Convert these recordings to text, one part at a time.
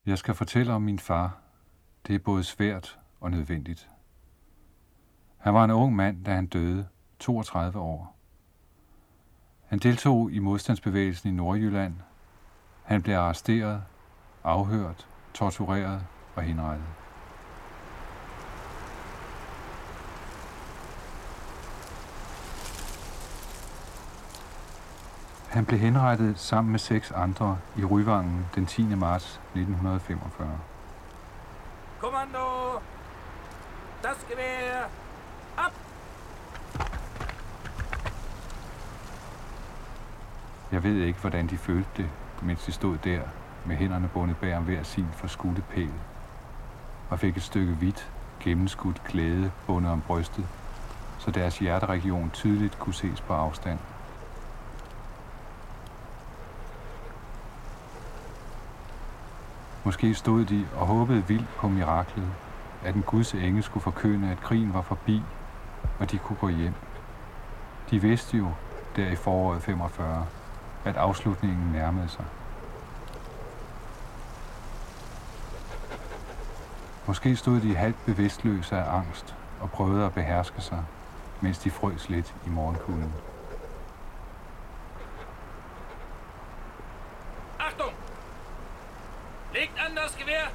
Jeg skal fortælle om min far. Det er både svært og nødvendigt. Han var en ung mand, da han døde, 32 år. Han deltog i modstandsbevægelsen i Nordjylland. Han blev arresteret, afhørt, tortureret og henrettet. Han blev henrettet sammen med 6 andre i Ryvangen den 10. marts 1945. Kommando! Das Gewehr! Ab! Jeg ved ikke, hvordan de følte det, mens de stod der med hænderne bundet bag om hver sin forskudte pæl og fik et stykke hvidt, gennemskudt klæde bundet om brystet, så deres hjerteregion tydeligt kunne ses på afstand. Måske stod de og håbede vildt på miraklet, at en Guds engel skulle forkynde, at krigen var forbi, og de kunne gå hjem. De vidste jo, der i foråret 45, at afslutningen nærmede sig. Måske stod de halvt bevidstløse af angst og prøvede at beherske sig, mens de frøs lidt i morgenkulden. Achtung! Legt an das Gewehr!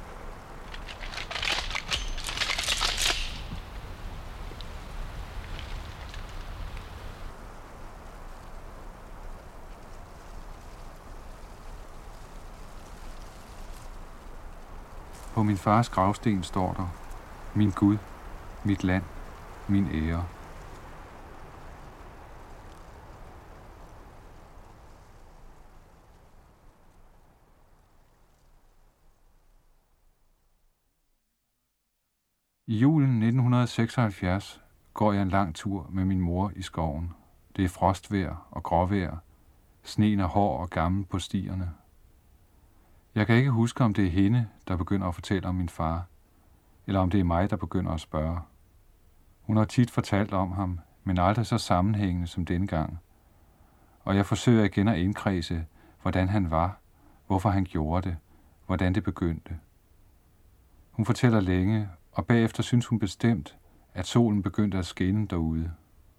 På min fars gravsten står der: min Gud, mit land, min ære. I julen 1976 går jeg en lang tur med min mor i skoven. Det er frostvejr og gråvejr. Sneen er hård og gammel på stierne. Jeg kan ikke huske, om det er hende, der begynder at fortælle om min far, eller om det er mig, der begynder at spørge. Hun har tit fortalt om ham, men aldrig så sammenhængende som denne gang. Og jeg forsøger igen at indkredse, hvordan han var, hvorfor han gjorde det, hvordan det begyndte. Hun fortæller længe, og bagefter synes hun bestemt, at solen begyndte at skinne derude.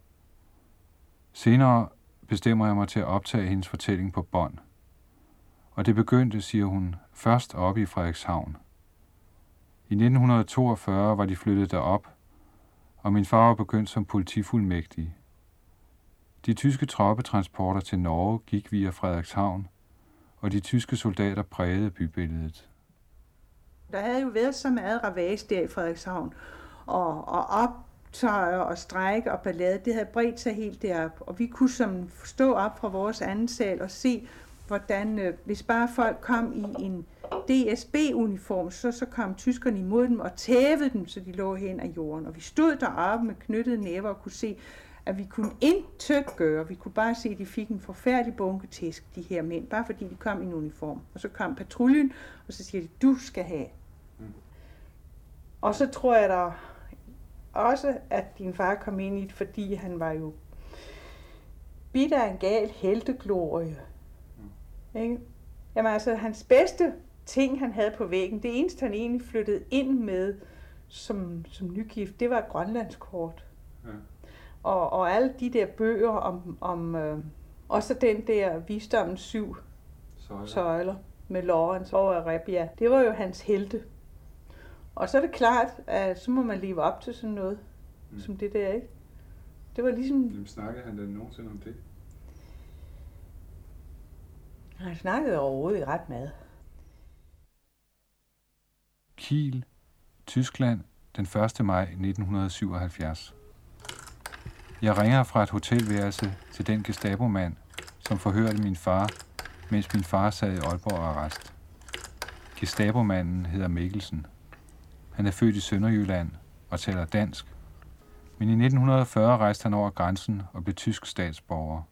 Senere bestemmer jeg mig til at optage hendes fortælling på bånd. Og det begyndte, siger hun, først oppe i Frederikshavn. I 1942 var de flyttet derop, og min far var begyndt som politifuldmægtig. De tyske troppetransporter til Norge gik via Frederikshavn, og de tyske soldater prægede bybilledet. Der havde jo været så meget ravage der i Frederikshavn, og optøjer og strejke og ballade, det havde bredt sig helt derop. Og vi kunne som stå op fra vores anden sal og se, hvordan hvis bare folk kom i en DSB-uniform, så kom tyskerne imod dem og tævede dem, så de lå hen ad jorden. Og vi stod deroppe med knyttede næver og kunne se, at vi kunne intet gøre. Vi kunne bare se, at de fik en forfærdelig bunke tæsk, de her mænd, bare fordi de kom i en uniform. Og så kom patruljen, og så siger de, du skal have. Og så tror jeg der også, at din far kom ind i det, fordi han var jo bidt af en gal helteglorie. Ikke? Jamen altså, hans bedste ting, han havde på væggen, det eneste, han egentlig flyttede ind med som nygift, det var et grønlandskort. Ja. Og alle de der bøger om også den der Visdommens 7 søjler med Lawrence og Arabia, det var jo hans helte. Og så er det klart, at så må man leve op til sådan noget, som det der, ikke? Det var ligesom... Jamen, snakkede han da nogensinde om det? Han snakkede overhovedet ret meget. Kiel, Tyskland, den 1. maj 1977. Jeg ringer fra et hotelværelse til den Gestapo-mand, som forhørte min far, mens min far sad i Aalborg arrest. Gestapo-manden hedder Mikkelsen. Han er født i Sønderjylland og taler dansk. Men i 1940 rejste han over grænsen og blev tysk statsborger.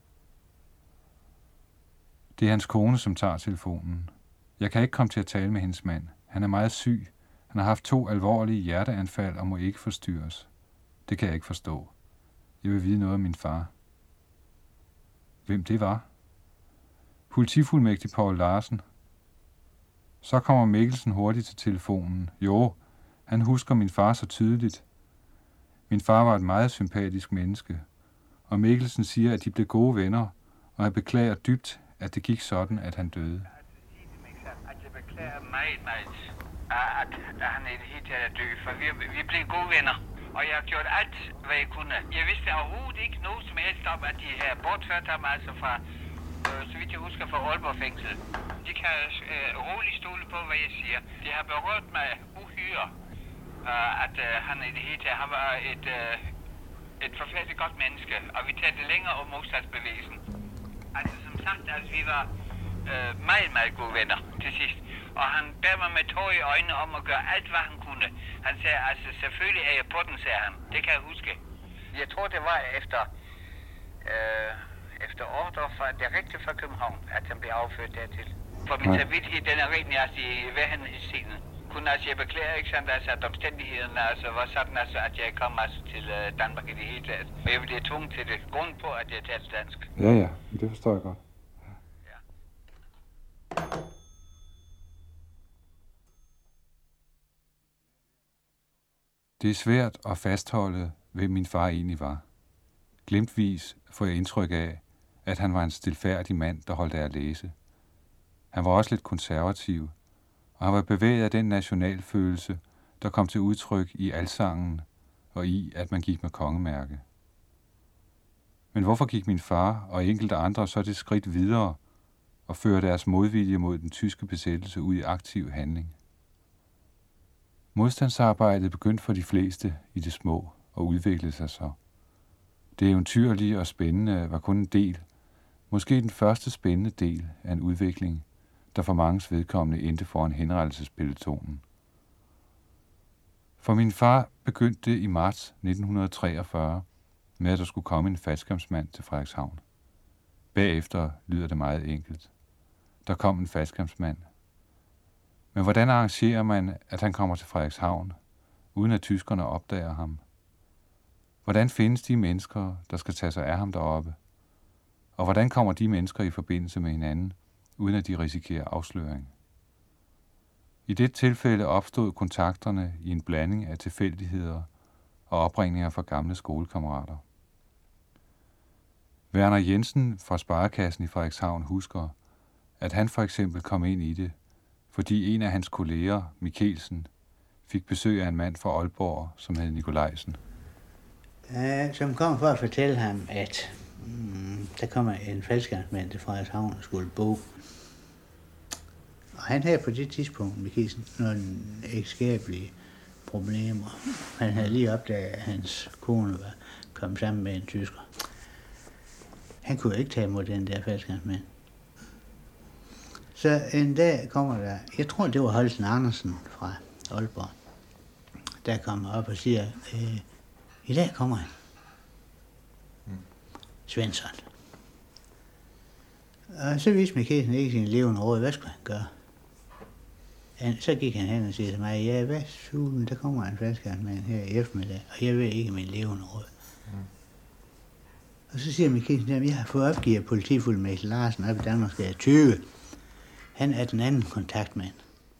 Det er hans kone, som tager telefonen. Jeg kan ikke komme til at tale med hendes mand. Han er meget syg. Han har haft 2 alvorlige hjerteanfald og må ikke forstyrres. Det kan jeg ikke forstå. Jeg vil vide noget om min far. Hvem det var? Politifuldmægtig Poul Larsen. Så kommer Mikkelsen hurtigt til telefonen. Jo, han husker min far så tydeligt. Min far var et meget sympatisk menneske, og Mikkelsen siger, at de blev gode venner, og han beklager dybt, at det gik sådan, at han døde. At jeg beklager meget, at han i det hele taget er død, for vi blev gode venner. Og jeg har gjort alt, hvad jeg kunne. Jeg vidste overhovedet ikke noget som helst om, at de havde bortført ham altså fra, så vidt jeg husker, fra Aalborg fængsel. De kan roligt stole på, hvad jeg siger. Det har berørt mig uhyre, at han i det hele taget var et forfærdeligt godt menneske, og vi talte længere om modstandsbevægelsen. Altså som sagt, altså, vi var meget, meget gode venner til sidst. Og han bad mig med tår i øjnene om at gøre alt, hvad han kunne. Han sagde, altså selvfølgelig er jeg på den, sagde han. Det kan jeg huske. Jeg tror, det var efter ordre fra direkte fra København, at han blev afført dertil. For min samvittighed, den er rigtig altså i værhenhedsscenen. Kun altså, jeg beklager ikke sådan, altså, at omstændighederne altså, var sådan, altså, at jeg kom altså, til Danmark i det hele taget. Og jeg blev tvunget til det. Grund på, at jeg talte dansk. Ja, det forstår jeg godt. Ja. Det er svært at fastholde, hvem min far egentlig var. Glemtvis får jeg indtryk af, at han var en stilfærdig mand, der holdt af at læse. Han var også lidt konservativ, og han var bevæget af den nationalfølelse, der kom til udtryk i alsangen og i, at man gik med kongemærke. Men hvorfor gik min far og enkelte andre så det skridt videre og førte deres modvilje mod den tyske besættelse ud i aktiv handling? Modstandsarbejdet begyndte for de fleste i det små og udviklede sig så. Det eventyrlige og spændende var kun en del, måske den første spændende del af en udvikling, der for manges vedkommende endte foran henrettelsespeletonen. For min far begyndte det i marts 1943 med, at der skulle komme en faldskærmsmand til Frederikshavn. Bagefter lyder det meget enkelt. Der kom en faldskærmsmand. Men hvordan arrangerer man, at han kommer til Frederikshavn, uden at tyskerne opdager ham? Hvordan findes de mennesker, der skal tage sig af ham deroppe? Og hvordan kommer de mennesker i forbindelse med hinanden, uden at de risikerer afsløring? I det tilfælde opstod kontakterne i en blanding af tilfældigheder og opringninger fra gamle skolekammerater. Werner Jensen fra Sparekassen i Frederikshavn husker, at han for eksempel kom ind i det, fordi en af hans kolleger, Mikkelsen, fik besøg af en mand fra Aalborg, som hed Nikolajsen. Som kom for at fortælle ham, at der kommer en faldskærmsmand til Frederikshavn og skulle bo. Og han havde på det tidspunkt, Mikkelsen, nogle ægteskabelige problemer. Han havde lige opdaget, at hans kone var kommet sammen med en tysker. Han kunne ikke tage imod den der faldskærmsmand. Så en dag kommer der, jeg tror det var Holsten Andersen fra Aalborg, der kommer op og siger, i dag kommer han. Svensson. Og så viste Mikkelsen ikke sin levende råd, hvad skulle han gøre? Så gik han hen og siger til mig, ja, hvad sugen, der kommer en faldskærmsmand her i eftermiddag, og jeg ved ikke min levende råd. Og så siger Mikkelsen, at jeg har fået opgivet politifuldmægtig Larsen op i Danmarksgade 20. Han er den anden kontaktmand.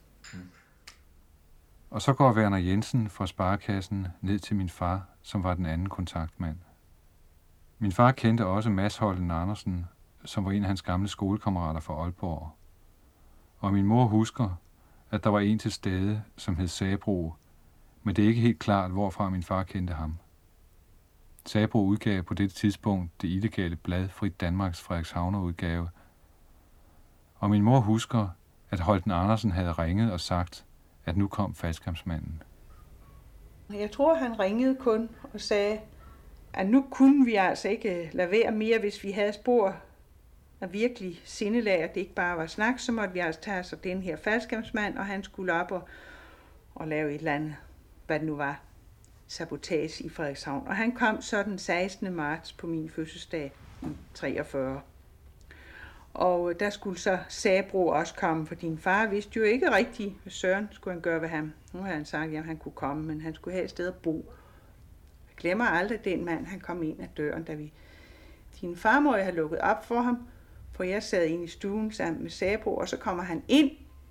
Og så går Werner Jensen fra Sparekassen ned til min far, som var den anden kontaktmand. Min far kendte også Mads Holten Andersen, som var en af hans gamle skolekammerater fra Aalborg. Og min mor husker, at der var en til stede, som hed Sabro, men det er ikke helt klart, hvorfra min far kendte ham. Sabro udgav på dette tidspunkt det illegale blad Frit Danmarks Frederikshavner-udgave, og min mor husker, at Holten Andersen havde ringet og sagt, at nu kom faldskærmsmanden. Jeg tror, han ringede kun og sagde, at nu kunne vi altså ikke lade være mere, hvis vi havde spor af virkelig sindelag, at det ikke bare var snak, så måtte vi altså tage os af den her faldskærmsmand, og han skulle op og lave et eller andet, hvad det nu var, sabotage i Frederikshavn. Og han kom så den 16. marts på min fødselsdag i 43. Og der skulle så Sabro også komme, for din far vidste jo ikke rigtigt, hvad søren skulle han gøre ved ham. Nu havde han sagt, at han kunne komme, men han skulle have et sted at bo. Jeg glemmer aldrig den mand, han kom ind ad døren, da din far må have lukket op for ham, for jeg sad inde i stuen sammen med Sabro, og så kommer han ind,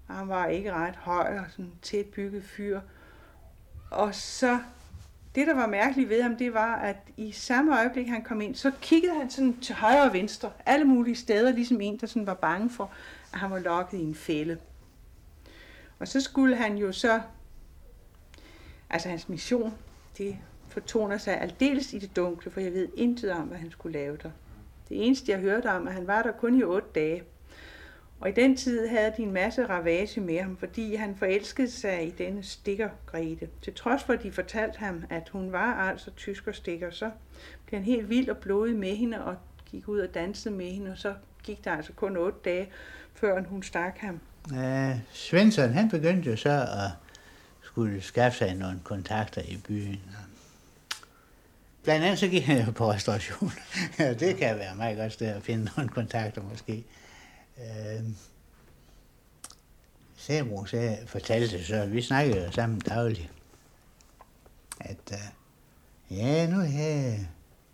Han var ikke ret høj og sådan tæt bygget fyr. Og så, det der var mærkeligt ved ham, det var, at i samme øjeblik han kom ind, så kiggede han sådan til højre og venstre, alle mulige steder, ligesom en, der sådan var bange for, at han var lokket i en fælde. Og så skulle han jo så, altså hans mission, det fortoner sig aldeles i det dunkle, for jeg ved intet om, hvad han skulle lave der. Det eneste, jeg hørte om, at han var der kun i 8 dage. Og i den tid havde de en masse ravage med ham, fordi han forelskede sig i denne stikker Grete. Til trods for, at de fortalte ham, at hun var altså tyskerstikker, så blev han helt vild og blodig med hende og gik ud og dansede med hende, og så gik der altså kun 8 dage, før hun stak ham. Svensson, han begyndte jo så at skulle skaffe sig nogle kontakter i byen. Blandt andet så gik han jo på restauration. Det kan være meget godt sted at finde nogle kontakter måske. Sabro fortalte så, at vi snakkede jo sammen dagligt, at ja, nu havde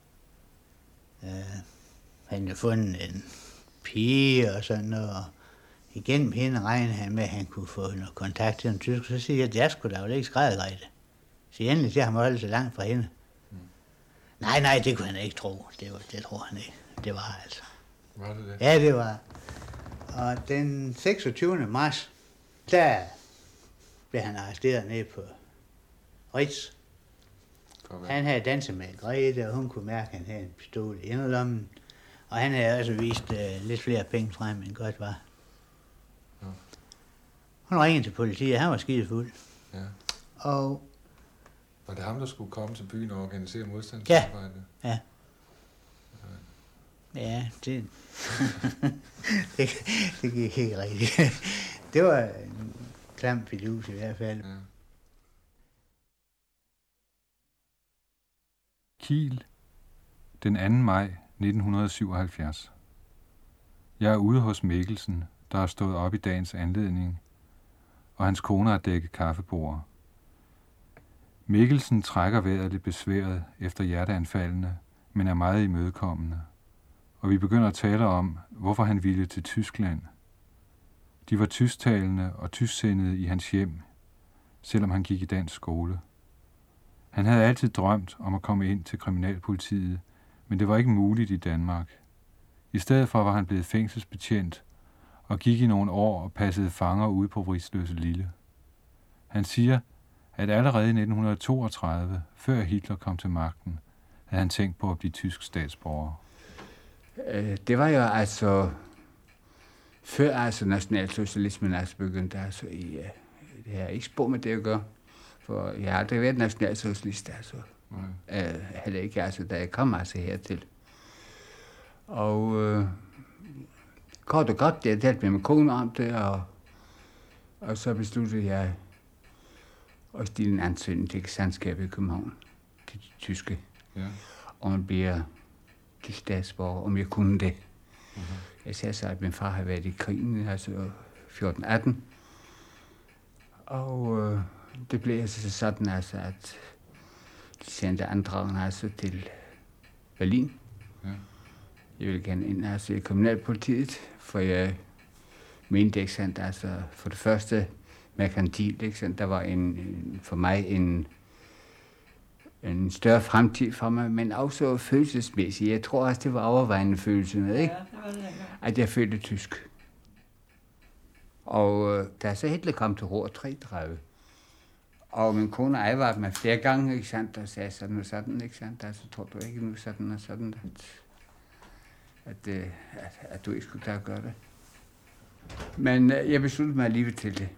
han jo fundet en pige og sådan noget, og igennem hende regnede han med, at han kunne få noget kontakt til en tysk. Så siger jeg, at jeg skulle da jo ikke skræde Grete. Så endelig til ham holde så langt fra hende. Nej, det kunne han ikke tro. Det tror han ikke. Det var altså. Var det det? Ja, det var. Og den 26. marts, der blev han arresteret nede på Ritz. Han havde danset med Grete, og hun kunne mærke, at han havde en pistol i inderlommen. Og han havde også vist lidt flere penge frem, end godt var. Ja. Hun ringede til politiet, han var skidefuld. Ja. Og var det ham, der skulle komme til byen og organisere modstandsarbejde? Ja. Ja, det gik ikke rigtigt. Det var en klam fidus i hvert fald. Ja. Kiel, den 2. maj 1977. Jeg er ude hos Mikkelsen, der er stået op i dagens anledning, og hans kone har dækket kaffebord. Mikkelsen trækker vejret lidt besværet efter hjerteanfaldene, men er meget imødekommende. Og vi begynder at tale om, hvorfor han ville til Tyskland. De var tysktalende og tysksindede i hans hjem, selvom han gik i dansk skole. Han havde altid drømt om at komme ind til kriminalpolitiet, men det var ikke muligt i Danmark. I stedet for var han blevet fængselsbetjent og gik i nogle år og passede fanger ude på Vridsløselille. Han siger, at allerede i 1932, før Hitler kom til magten, havde han tænkt på at blive tysk statsborger. Det var jo altså før altså nationalsocialismen altså begyndte altså i det her ikke spor med det at gøre, for jeg har aldrig været nationalsocialist altså. Heller ikke altså da jeg kom altså hertil. Og kort og godt, jeg talte med min kone om det, og så besluttede jeg at stille en ansøgning til Sandskabet i København, til de tyske, om at blive tysk statsborger, om jeg kunne det. Jeg sagde så, at min far havde været i krigen, altså 14-18, og det blev altså sådan, altså, at de sendte andragene altså til Berlin. Ja. Jeg ville gerne ind altså, i kriminalpolitiet, for jeg mente ikke sandt, altså for det første merkantil, ikke sandt, der var for mig en større fremtid for mig, men også følelsesmæssigt. Jeg tror også, det var overvejende følelsen, ikke? Ja, det var det, at jeg følte tysk. Og da så Hitler kom til Ruhr 33, og min kone advarede mig flere gange, ikke sandt, og sagde sådan og sådan, ikke sandt, altså tror du ikke nu sådan og sådan, at du ikke skulle klare at gøre det. Men jeg besluttede mig alligevel til det.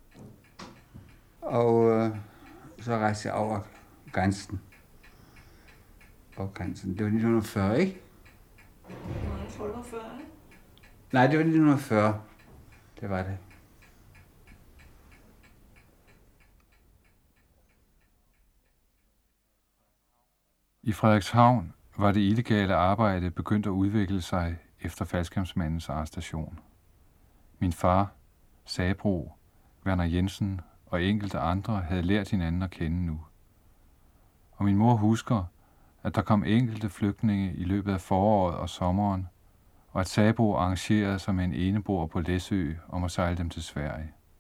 Og så rejste jeg over grænsen. Det var 1940, ikke? Jeg tror, det var 40, ikke? Nej, det var 1940. Det var det. I Frederikshavn var det illegale arbejde begyndt at udvikle sig efter faldskærmsmandens arrestation. Min far, Sabro, Werner Jensen og enkelte andre havde lært hinanden at kende nu. Og min mor husker, at der kom enkelte flygtninge i løbet af foråret og sommeren, og at Sabro arrangerede sig med en eneboer på Læsø om at sejle dem til Sverige.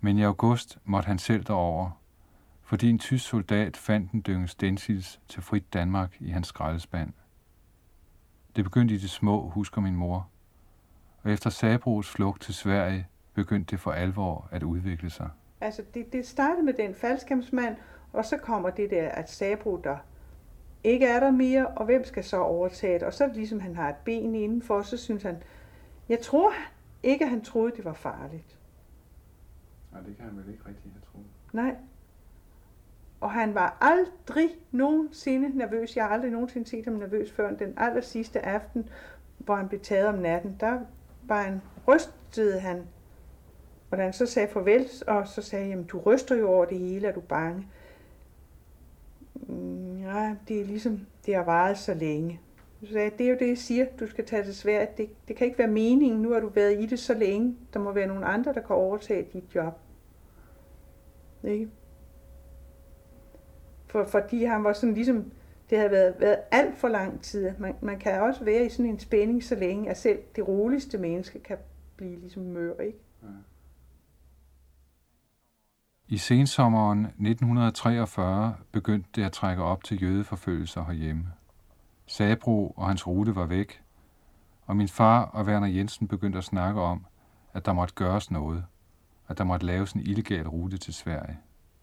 Men i august måtte han selv derover, fordi en tysk soldat fandt en dynge stensils til Frit Danmark i hans skraldespand. Det begyndte i det små, husker min mor, og efter Sabros flugt til Sverige begyndte det for alvor at udvikle sig. Altså, det startede med den faldskærmsmand, og så kommer det der, at Sabro der ikke er der mere, og hvem skal så overtage det? Og så ligesom han har et ben indenfor, så synes han, jeg tror ikke, han troede, det var farligt. Nej, det kan han vel ikke rigtig have troet. Nej. Og han var aldrig nogensinde nervøs. Jeg har aldrig nogensinde set ham nervøs før den aller sidste aften, hvor han blev taget om natten. Der var han, rystede han, og da han så sagde farvel, og så sagde jeg, du ryster jo over det hele, er du bange? Ja, det er ligesom, det har varet så længe. Så sagde jeg, det er jo det, jeg siger, du skal tage det svært. Det kan ikke være meningen, nu har du været i det så længe. Der må være nogle andre, der kan overtage dit job. Ikke? Fordi han var sådan ligesom, det havde været alt for lang tid. Man kan også være i sådan en spænding så længe, at selv det roligste menneske kan blive ligesom mør, ikke? Ja. I sensommeren 1943 begyndte det at trække op til jødeforfølgelser herhjemme. Sabro og hans rute var væk, og min far og Werner Jensen begyndte at snakke om, at der måtte gøres noget, at der måtte laves en illegal rute til Sverige.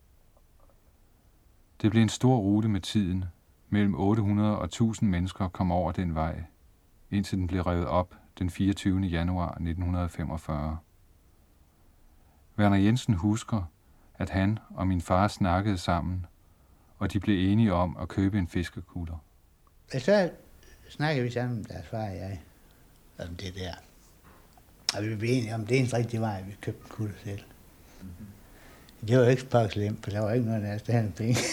Det blev en stor rute med tiden. Mellem 800 og 1000 mennesker kom over den vej, indtil den blev revet op den 24. januar 1945. Werner Jensen husker, at han og min far snakkede sammen, og de blev enige om at købe en fiskekutter. Så snakkede vi sammen, deres far og jeg, om det der. Og vi blev enige om, det eneste rigtige vej, vi købte en kutter selv. Mm-hmm. Det var jo ikke så slemt, for der var ikke noget af os, der havde penge.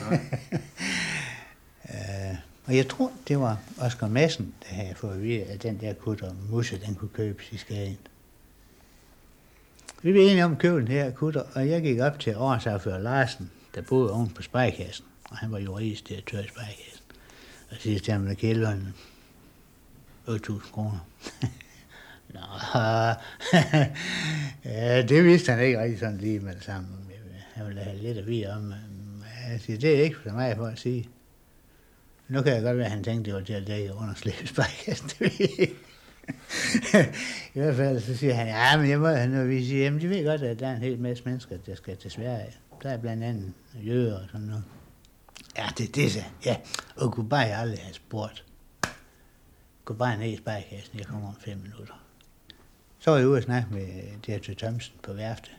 Og jeg tror, det var Oscar Madsen, der havde fået at vide, at den der kutter Musse, den kunne købes i Skagen. Vi blev enige om at købe den her kutter, og jeg gik op til årsaffører Larsen, der boede oven på spejkassen, og han var juristdirektør i spejkassen. Og så sidste han med kælderen 8.000 kroner. Nå, ja, det vidste han ikke rigtig sådan lige med det samme. Han ville have lidt at vide om. Jeg siger, det er ikke for mig for at sige. Nu kan jeg godt være, at han tænkte, det var til at dække underslæbe spejkassen. Det ved jeg ikke. I hvert fald så siger han, ja, men jeg må have noget. Vi siger, jamen de ved godt, at der er en hel masse mennesker, der skal til Sverige. Der er blandt andet jøder og sådan noget. Ja, det er det, så. Ja, og kunne bare aldrig have spurgt. Gå bare ned i spejkassen, jeg kommer om 5 minutter. Så var jeg ude og snakke med direktør Thomsen på værftet.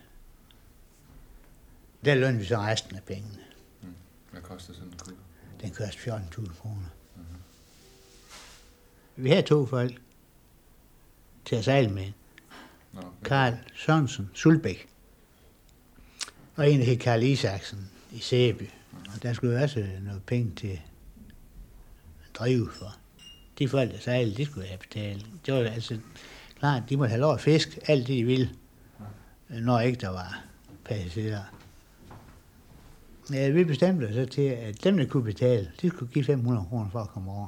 Der lønte vi så resten af pengene. Hvad koster sådan en kutter? Den koster 14.000 kroner. Mm-hmm. Vi havde 2 folk til at sejle med. Okay. Karl Sørensen, Sulbæk. Og en, der hed Karl Isaksen i Sæby. Mm-hmm. Og der skulle også noget penge til at drive for. De folk, der sejlede, de skulle have betalt. Det var altså klart, de måtte have lov at fiske alt det, de ville, når ikke der var passagerer. Ja, vi bestemte os så til, at dem, der kunne betale, de skulle give 500 kroner for at komme over.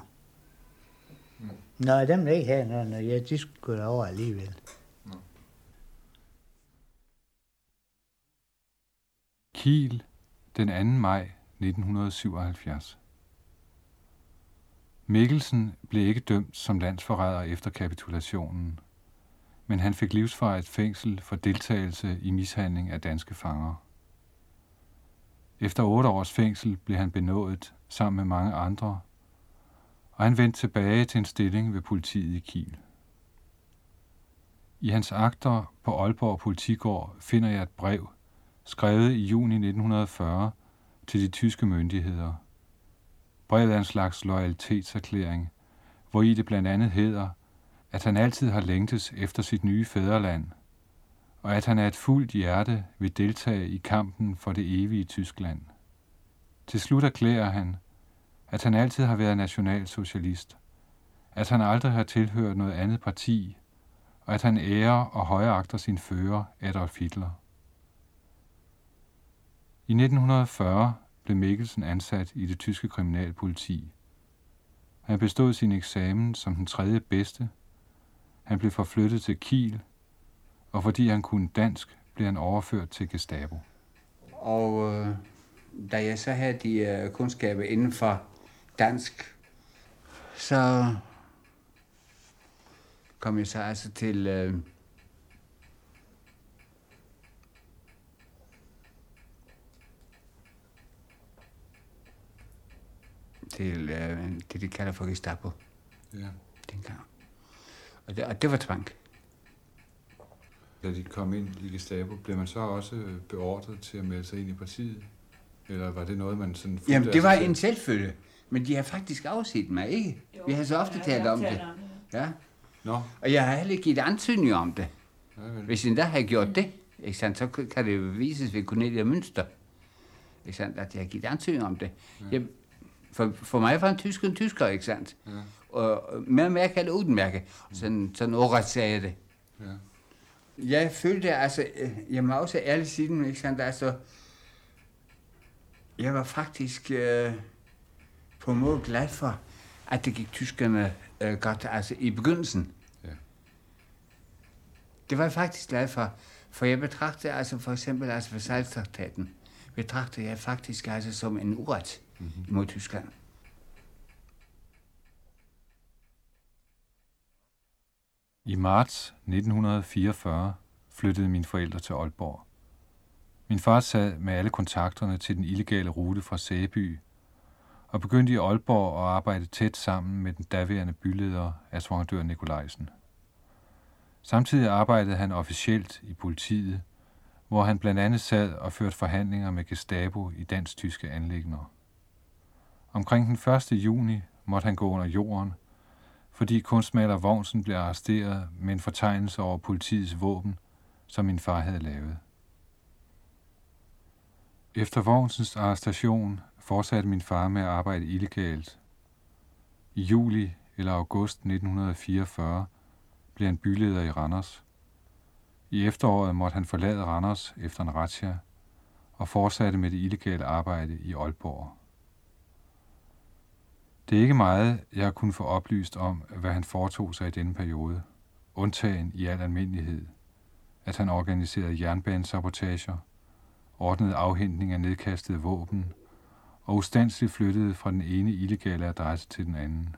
Nå, dem, der ikke havde noget, ja, de skulle over alligevel. Kiel, den 2. maj 1977. Mikkelsen blev ikke dømt som landsforræder efter kapitulationen, men han fik livsvarigt fængsel for deltagelse i mishandling af danske fanger. Efter 8 års fængsel blev han benådet sammen med mange andre, og han vendte tilbage til en stilling ved politiet i Kiel. I hans akter på Aalborg Politigård finder jeg et brev, skrevet i juni 1940 til de tyske myndigheder. Brevet er en slags loyalitetserklæring, hvori det blandt andet hedder, at han altid har længtes efter sit nye fædreland, og at han af et fuldt hjerte vil deltage i kampen for det evige Tyskland. Til slut erklærer han, at han altid har været nationalsocialist, at han aldrig har tilhørt noget andet parti, og at han ærer og højagter sin fører Adolf Hitler. I 1940 blev Mikkelsen ansat i det tyske kriminalpoliti. Han bestod sin eksamen som den 3. bedste. Han blev forflyttet til Kiel, og fordi han kunne dansk, blev han overført til Gestapo. Og da jeg så havde de kundskaber inden for dansk, så kom jeg så altså til det, de kalder for Gestapo. Ja. Dengang. Og det var tvang. Da de kom ind i Gestapo, blev man så også beordret til at melde sig ind i partiet? Eller var det noget, man sådan... Jamen, det var en selvfølge. Men de har faktisk afset mig, ikke? Jo, vi har så ofte talt om det. Ja. Nå. Og jeg har heller ikke givet antydning om det. Ja, vel. Hvis jeg da havde gjort det, ikke sandt, så kan det jo vises ved Cornelia Münster, ikke sandt, at jeg har givet antydning om det. Ja. For mig var en tysker, ikke sandt? Ja. Og mere mærke eller uden mærke. Sådan ordret sagde jeg det. Ja. Jeg følte altså, jeg må også ærligt sige den, ikke sandt, altså, jeg var faktisk på en måde glad for, at det gik tyskerne godt, altså i begyndelsen. Ja. Det var jeg faktisk glad for jeg betragtede altså for eksempel altså Versailles-traktaten, betragtede jeg faktisk altså som en uret mod Tyskland. I marts 1944 flyttede mine forældre til Aalborg. Min far sad med alle kontakterne til den illegale rute fra Sæby og begyndte i Aalborg at arbejde tæt sammen med den daværende byleder, assurandør Nikolajsen. Samtidig arbejdede han officielt i politiet, hvor han blandt andet sad og førte forhandlinger med Gestapo i dansk-tyske anliggender. Omkring den 1. juni måtte han gå under jorden, fordi kunstmaler Vognsen blev arresteret med en fortegnelse over politiets våben, som min far havde lavet. Efter Vognsens arrestation fortsatte min far med at arbejde illegalt. I juli eller august 1944 blev han byleder i Randers. I efteråret måtte han forlade Randers efter en razzia og fortsatte med det illegale arbejde i Aalborg. Det er ikke meget, jeg har kunnet få oplyst om, hvad han foretog sig i denne periode, undtagen i al almindelighed, at han organiserede jernbanesabotager, ordnede afhentning af nedkastede våben og ustandsligt flyttede fra den ene illegale adresse til den anden.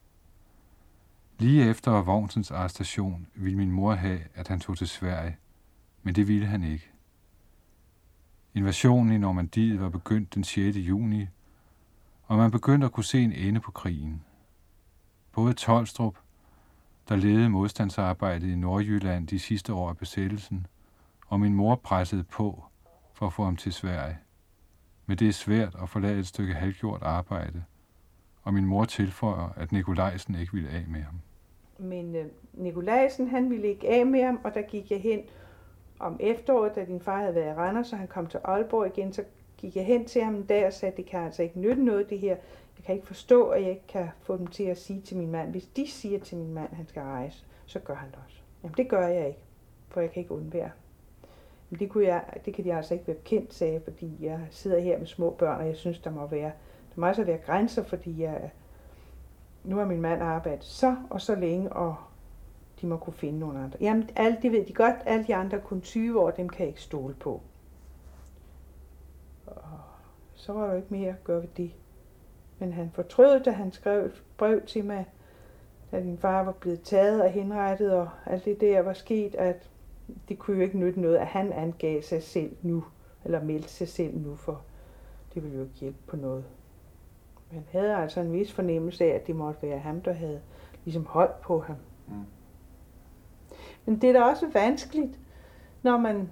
Lige efter Vognsens arrestation ville min mor have, at han tog til Sverige, men det ville han ikke. Invasionen i Normandiet var begyndt den 6. juni, og man begyndte at kunne se en ende på krigen. Både Tolstrup, der ledede modstandsarbejdet i Nordjylland de sidste år af besættelsen, og min mor pressede på for at få ham til Sverige. Men det er svært at forlade et stykke halvgjort arbejde, og min mor tilføjer, at Nikolajsen ikke ville af med ham. Men Nikolajsen, han ville ikke af med ham, og der gik jeg hen om efteråret, da din far havde været i Randers, så han kom til Aalborg igen, så gik jeg hen til ham en dag og sagde, at det kan altså ikke nytte noget det her. Jeg kan ikke forstå, at jeg ikke kan få dem til at sige til min mand. Hvis de siger til min mand, at han skal rejse, så gør han det også. Jamen det gør jeg ikke, for jeg kan ikke undvære. Men det kan de altså ikke være bekendt, sagde jeg, fordi jeg sidder her med små børn, og jeg synes, der må altså være grænser, fordi nu har min mand arbejdet så længe, og de må kunne finde nogle andre. Jamen, det ved de godt. Alle de andre kun 20 år, dem kan jeg ikke stole på. Og så var der ikke mere at gøre ved det. Men han fortrød, da han skrev et brev til mig, da din far var blevet taget og henrettet, og alt det der var sket, at det kunne jo ikke nytte noget, at han angav sig selv nu, eller meldte sig selv nu, for det ville jo ikke hjælpe på noget. Man havde altså en vis fornemmelse af, at det måtte være ham, der havde ligesom holdt på ham. Mm. Men det er da også vanskeligt, når man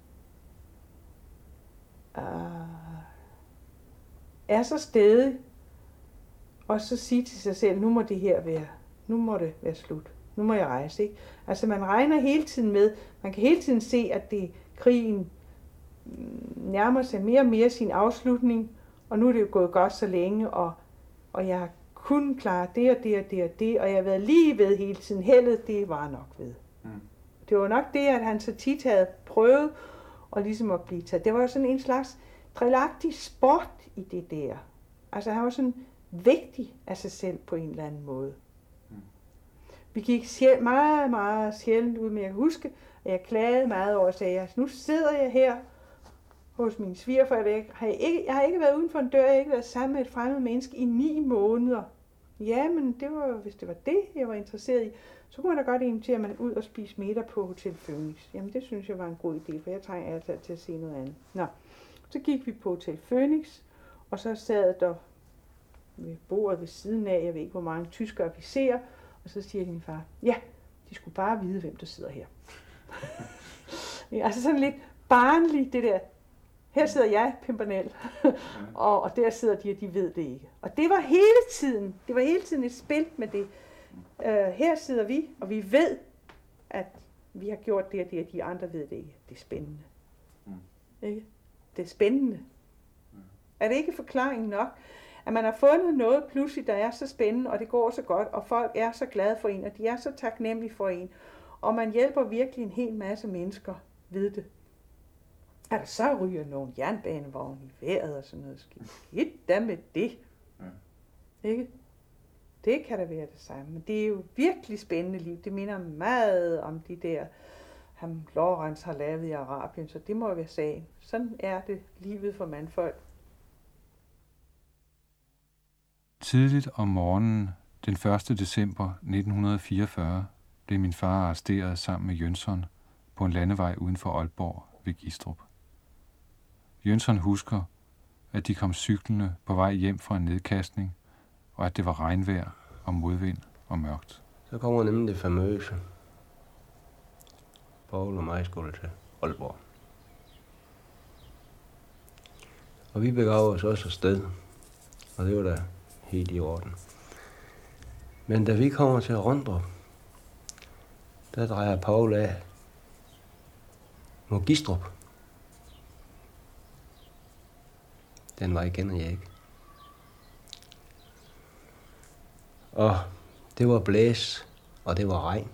er så stædig, og så sige til sig selv, nu må det være slut. Nu må jeg rejse, ikke? Altså man regner hele tiden med, man kan hele tiden se, at krigen nærmer sig mere og mere sin afslutning, og nu er det jo gået godt så længe, og jeg har kun klaret det og det og det og det, og jeg har været lige ved hele tiden. Heldet, det var nok ved. Mm. Det var nok det, at han så tit havde prøvet og ligesom at blive taget. Det var sådan en slags drillagtig sport i det der. Altså han var sådan vigtig af sig selv på en eller anden måde. Mm. Vi gik meget, meget sjældent ud, men jeg kan huske, at jeg klagede meget over, at jeg nu sidder jeg her hos mine svigerforældre. Jeg har ikke været uden for en dør, jeg har ikke været sammen med et fremmed menneske i 9 måneder. Ja, men det var, hvis det var det, jeg var interesseret i, så kunne man da godt invitere mig ud og spise middag på Hotel Phoenix. Jamen det synes jeg var en god idé, for jeg trænger altid til at se noget andet. Nå, så gik vi på Hotel Phoenix, og så sad der ved bordet ved siden af, jeg ved ikke hvor mange tyske officerer, og så siger min far, ja, de skulle bare vide, hvem der sidder her. Altså sådan lidt barnligt det der. Her sidder jeg, Pimpernel, og der sidder de, og de ved det ikke. Og det var hele tiden et spil med det. Her sidder vi, og vi ved, at vi har gjort det og det, og de andre ved det ikke. Det er spændende. Ikke? Det er spændende. Er det ikke forklaringen nok? At man har fundet noget pludselig, der er så spændende, og det går så godt, og folk er så glade for en, og de er så taknemmelige for en, og man hjælper virkelig en hel masse mennesker ved det. At der så ryger nogle jernbanevogne i vejret og sådan noget skidt da med det. Ikke? Det kan da være det samme, men det er jo virkelig spændende liv. Det minder meget om de der, ham Lawrence har lavet i Arabien, så det må være sagen. Sådan er det livet for mandfolk. Tidligt om morgenen den 1. december 1944 blev min far arresteret sammen med Jønsson på en landevej uden for Aalborg ved Gistrup. Jønsson husker, at de kom cyklende på vej hjem fra en nedkastning, og at det var regnvejr og modvind og mørkt. Så kommer nemlig det famøse. Paul og mig skulle til Aalborg. Og vi begav os også afsted, og det var da helt i orden. Men da vi kommer til Rundrup, der drejer Paul af mod Gistrup. Den vej kender jeg ikke. Og det var blæs, og det var regn.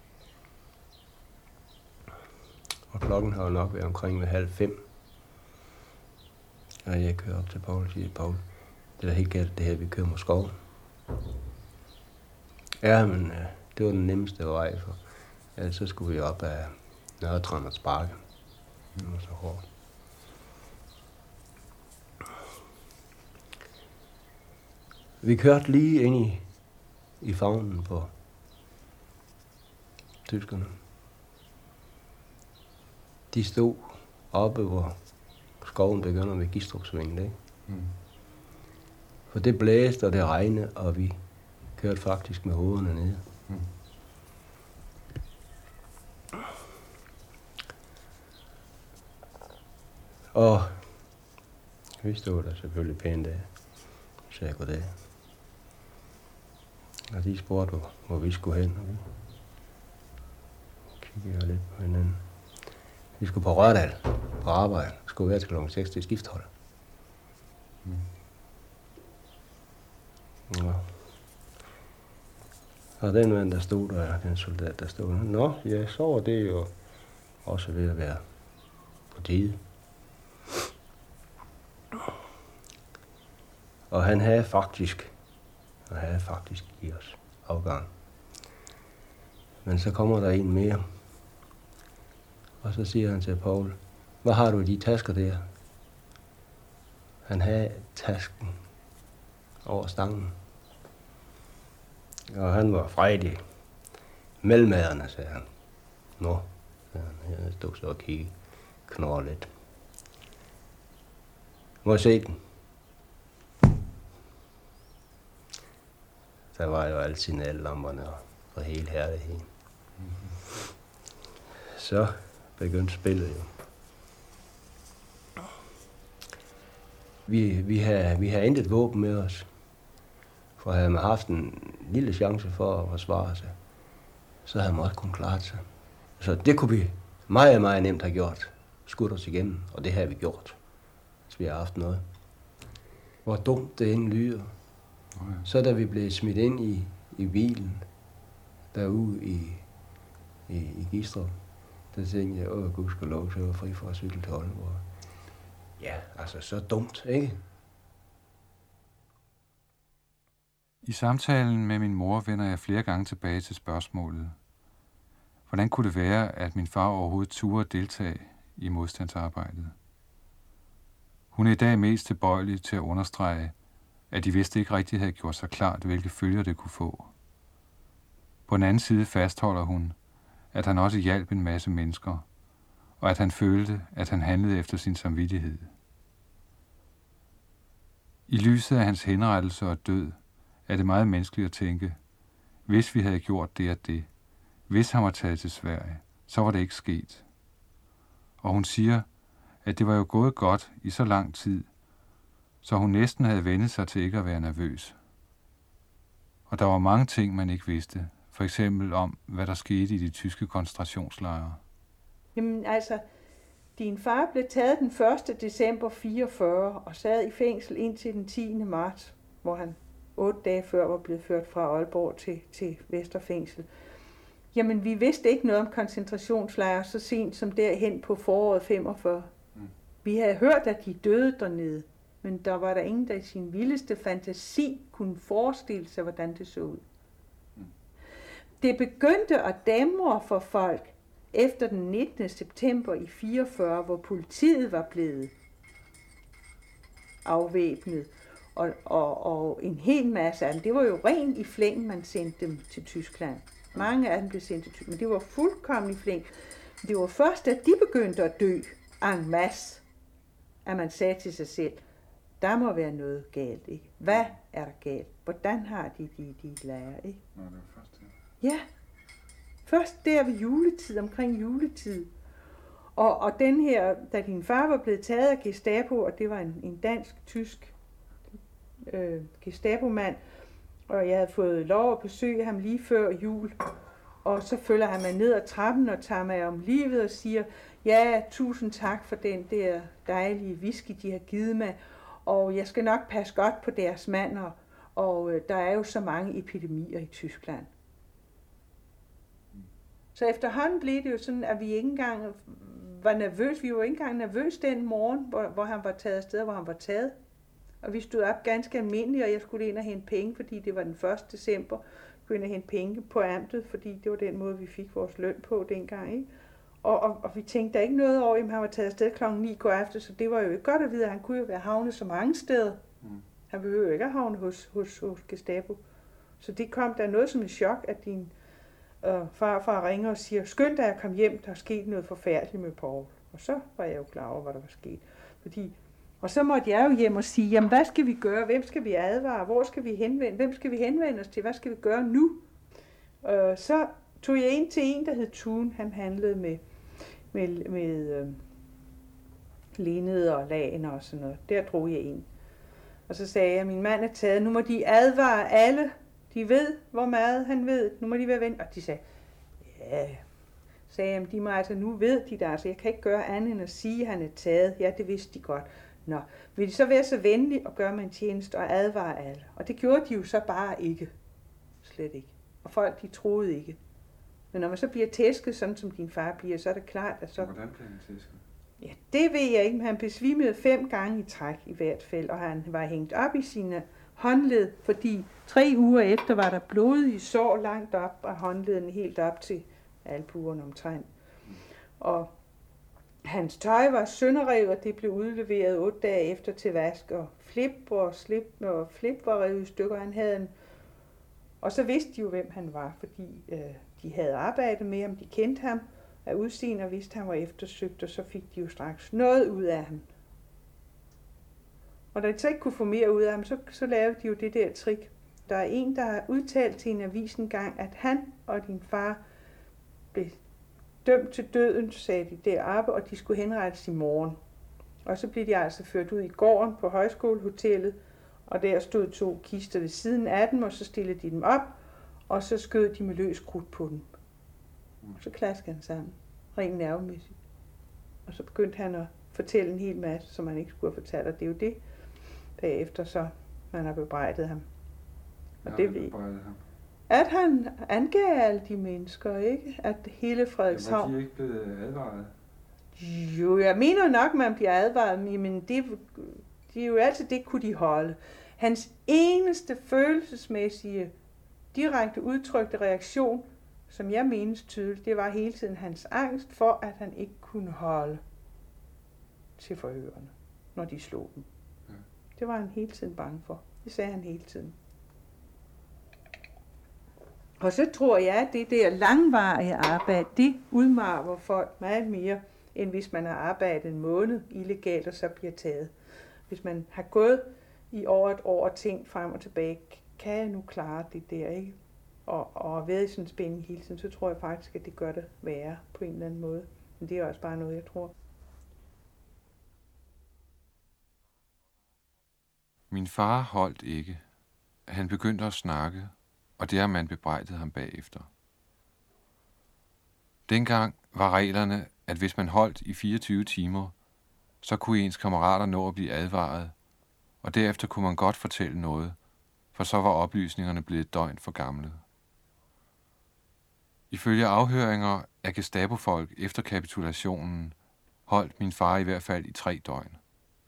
Og klokken har jo nok været omkring ved 4:30. Og jeg kører op til Paul og siger, Paul, det er da helt galt det her, vi kører mod skoven. Ja, men det var den nemmeste vej, for ellers så skulle vi op af Nørretranders Bakke. Det var så hårdt. Vi kørte lige ind i favnen på tyskerne. De stod oppe, hvor skoven begynder ved Gistrupsvingen, ikke? For det blæste, og det regnede, og vi kørte faktisk med hovederne ned. Og vi stod der selvfølgelig pænt af, så jeg goddag. Og de spurgte, hvor vi skulle hen. Og vi kiggede lidt på hinanden. Vi skulle på Rørdal på arbejde. Det skulle være til kl. 6 til skifthold. Ja. Og den mand, der stod der, den soldat, der stod der. Nå, ja, så var det jo også ved at være på tide. Og han havde faktisk givet os afgang. Men så kommer der en mere. Og så siger han til Paul, hvad har du i de tasker der? Han havde tasken over stangen. Og han var frejdig. Melmaderne, sagde han. Nå, sagde han. Jeg stod så og kiggede. Knurrede lidt. Må jeg se den? Der var jo alle signallamperne og hele herligheden. Så begyndte spillet jo. Vi havde intet våben med os. For havde man haft en lille chance for at forsvare sig, så havde man også kunnet klare sig. Så det kunne vi meget, meget nemt have gjort. Skudt os igennem, og det havde vi gjort, hvis vi havde haft noget. Hvor dumt det end lyder. Så da vi blev smidt ind i bilen, derude i Gistrup, der tænkte jeg, gudskelov, så jeg var fri for at cykle til Aalborg. Ja, altså så dumt, ikke? I samtalen med min mor vender jeg flere gange tilbage til spørgsmålet. Hvordan kunne det være, at min far overhovedet turde deltage i modstandsarbejdet? Hun er i dag mest tilbøjelig til at understrege, at de vidste ikke rigtig havde gjort sig klart, hvilke følger det kunne få. På den anden side fastholder hun, at han også hjalp en masse mennesker, og at han følte, at han handlede efter sin samvittighed. I lyset af hans henrettelse og død, er det meget menneskeligt at tænke, hvis vi havde gjort det og det, hvis han var taget til Sverige, så var det ikke sket. Og hun siger, at det var jo gået godt i så lang tid, så hun næsten havde vendt sig til ikke at være nervøs. Og der var mange ting, man ikke vidste, for eksempel om, hvad der skete i de tyske koncentrationslejre. Jamen altså, din far blev taget den 1. december 44 og sad i fængsel indtil den 10. marts, hvor han 8 dage før var blevet ført fra Aalborg til Vesterfængsel. Jamen, vi vidste ikke noget om koncentrationslejre så sent som derhen på foråret 45. Vi havde hørt, at de døde dernede, men der var der ingen, der i sin vildeste fantasi kunne forestille sig, hvordan det så ud. Det begyndte at dæmre for folk efter den 19. september i 44, hvor politiet var blevet afvæbnet. Og en hel masse af dem, det var jo ren i flæng, man sendte dem til Tyskland. Mange af dem blev sendt til Tyskland, men det var fuldkommen i flæng. Det var først, da de begyndte at dø en masse, at man sagde til sig selv, der må være noget galt, ikke? Hvad er der galt? Hvordan har de lærer, ikke? Nå, det var først det. Ja, først der ved juletid, omkring juletid. Og den her, da din far var blevet taget af Gestapo, og det var en dansk-tysk Gestapo-mand, og jeg havde fået lov at besøge ham lige før jul, og så følger han mig ned ad trappen og tager mig om livet og siger, ja, tusind tak for den der dejlige whisky, de har givet mig, og jeg skal nok passe godt på deres mand, og der er jo så mange epidemier i Tyskland. Så efterhånden blev det jo sådan, at vi ikke engang var nervøse. Vi var ikke engang nervøse den morgen, hvor han var taget afsted, hvor han var taget. Og vi stod op ganske almindeligt, og jeg skulle ind og hente penge, fordi det var den 1. december. Jeg skulle ind og hente penge på amtet, fordi det var den måde, vi fik vores løn på dengang. Ikke? Og vi tænkte der ikke noget over, at han var taget afsted kl. 9 går efter, så det var jo ikke godt at vide, at han kunne jo være havnet så mange steder. Han behøver jo ikke at havne hos Gestapo. Så det kom der noget som en chok, at din farfar ringer og siger, skynd dig at komme hjem, der er sket noget forfærdeligt med Paul. Og så var jeg jo klar over, hvad der var sket. Og så måtte jeg jo hjem og sige, jamen hvad skal vi gøre? Hvem skal vi advare? Hvor skal vi henvende? Hvem skal vi henvende os til? Hvad skal vi gøre nu? Så tog jeg ind til en, der hed Thun. Han handlede med linned og lagen og sådan noget. Der drog jeg ind. Og så sagde jeg, min mand er taget. Nu må de advare alle. De ved, hvor meget han ved. Nu må de være venner. Og de sagde, ja. Sagde jeg, de må altså, nu ved de der. Altså, jeg kan ikke gøre andet end at sige, at han er taget. Ja, det vidste de godt. Nå, vil de så være så venlige og gøre mig en tjeneste og advare alle? Og det gjorde de jo så bare ikke. Slet ikke. Og folk, de troede ikke. Men når man så bliver tæsket, sådan som din far bliver, så er det klart, at så... Hvordan bliver han tæsket? Ja, det ved jeg ikke, men han besvimede 5 gange i træk i hvert fald, og han var hængt op i sine håndled, fordi 3 uger efter var der blodige sår langt op af håndleden, helt op til albuerne omtrent. Og hans tøj var sønderrevet, og det blev udleveret 8 dage efter til vask, og flip var revet i stykker, han havde en. Og så vidste de jo, hvem han var, fordi de havde arbejdet med ham, de kendte ham af udseende og vidste, han var eftersøgt, og så fik de jo straks noget ud af ham. Og da de så ikke kunne få mere ud af ham, så lavede de jo det der trick. Der er en, der har udtalt til en avis en gang, at han og din far blev dømt til døden, sagde de deroppe, og de skulle henrettes i morgen. Og så blev de altså ført ud i gården på højskolehotellet, og der stod 2 kister ved siden af dem, og så stillede de dem op, og så skød de med løs krudt på dem. Og så klaskede han sammen, rent nervemæssigt. Og så begyndte han at fortælle en hel masse, som han ikke skulle have fortalt, og det er jo det, bagefter så man har bebrejdet ham. Og det ved at han angav alle de mennesker, ikke? At hele Frederikshavn... Var de ikke blevet advaret? Jo, jeg mener nok, man bliver advaret, men det er jo altid, det kunne de holde. Hans eneste følelsesmæssige, direkte udtrykte reaktion, som jeg menes tydeligt, det var hele tiden hans angst for, at han ikke kunne holde til forhørene, når de slog dem. Ja. Det var han hele tiden bange for. Det sagde han hele tiden. Og så tror jeg, at det der langvarige arbejde, det udmarver folk meget mere, end hvis man har arbejdet en måned illegalt og så bliver taget. Hvis man har gået i over et år og tænkt frem og tilbage, kan jeg nu klare det der, ikke? Og været i sådan en spænding hele tiden, så tror jeg faktisk, at det gør det værre på en eller anden måde. Men det er også bare noget, jeg tror. Min far holdt ikke. Han begyndte at snakke, og det har man bebrejdet ham bagefter. Dengang var reglerne, at hvis man holdt i 24 timer, så kunne ens kammerater nå at blive advaret, og derefter kunne man godt fortælle noget, for så var oplysningerne blevet et døgn for gamle. Ifølge afhøringer af Gestapo-folk efter kapitulationen holdt min far i hvert fald i 3 døgn.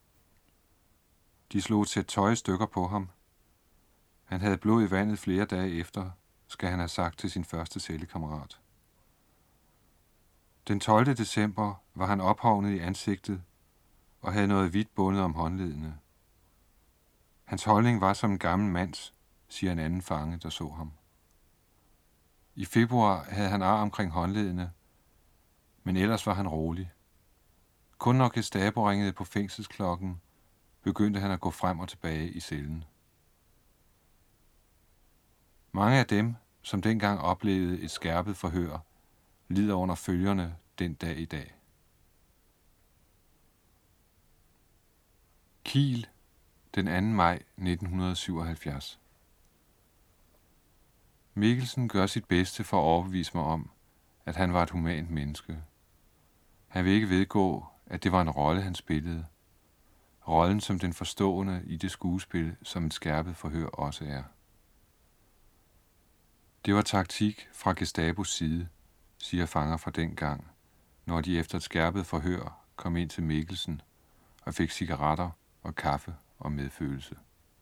De slog et sæt tøj i stykker på ham. Han havde blod i vandet flere dage efter, skal han have sagt til sin første cellekammerat. Den 12. december var han ophovnet i ansigtet og havde noget hvidt bundet om håndledene. Hans holdning var som en gammel mands, siger en anden fange, der så ham. I februar havde han ar omkring håndledene, men ellers var han rolig. Kun når Gestapo ringede på fængselsklokken, begyndte han at gå frem og tilbage i cellen. Mange af dem, som dengang oplevede et skærpet forhør, lider under følgerne den dag i dag. Kiel, den 2. maj 1977. Mikkelsen gør sit bedste for at overbevise mig om, at han var et humant menneske. Han vil ikke vedgå, at det var en rolle, han spillede. Rollen som den forstående i det skuespil, som et skærpet forhør også er. Det var taktik fra Gestapos side, siger fanger fra dengang, når de efter et skærpet forhør kom ind til Mikkelsen og fik cigaretter og kaffe og medfølelse.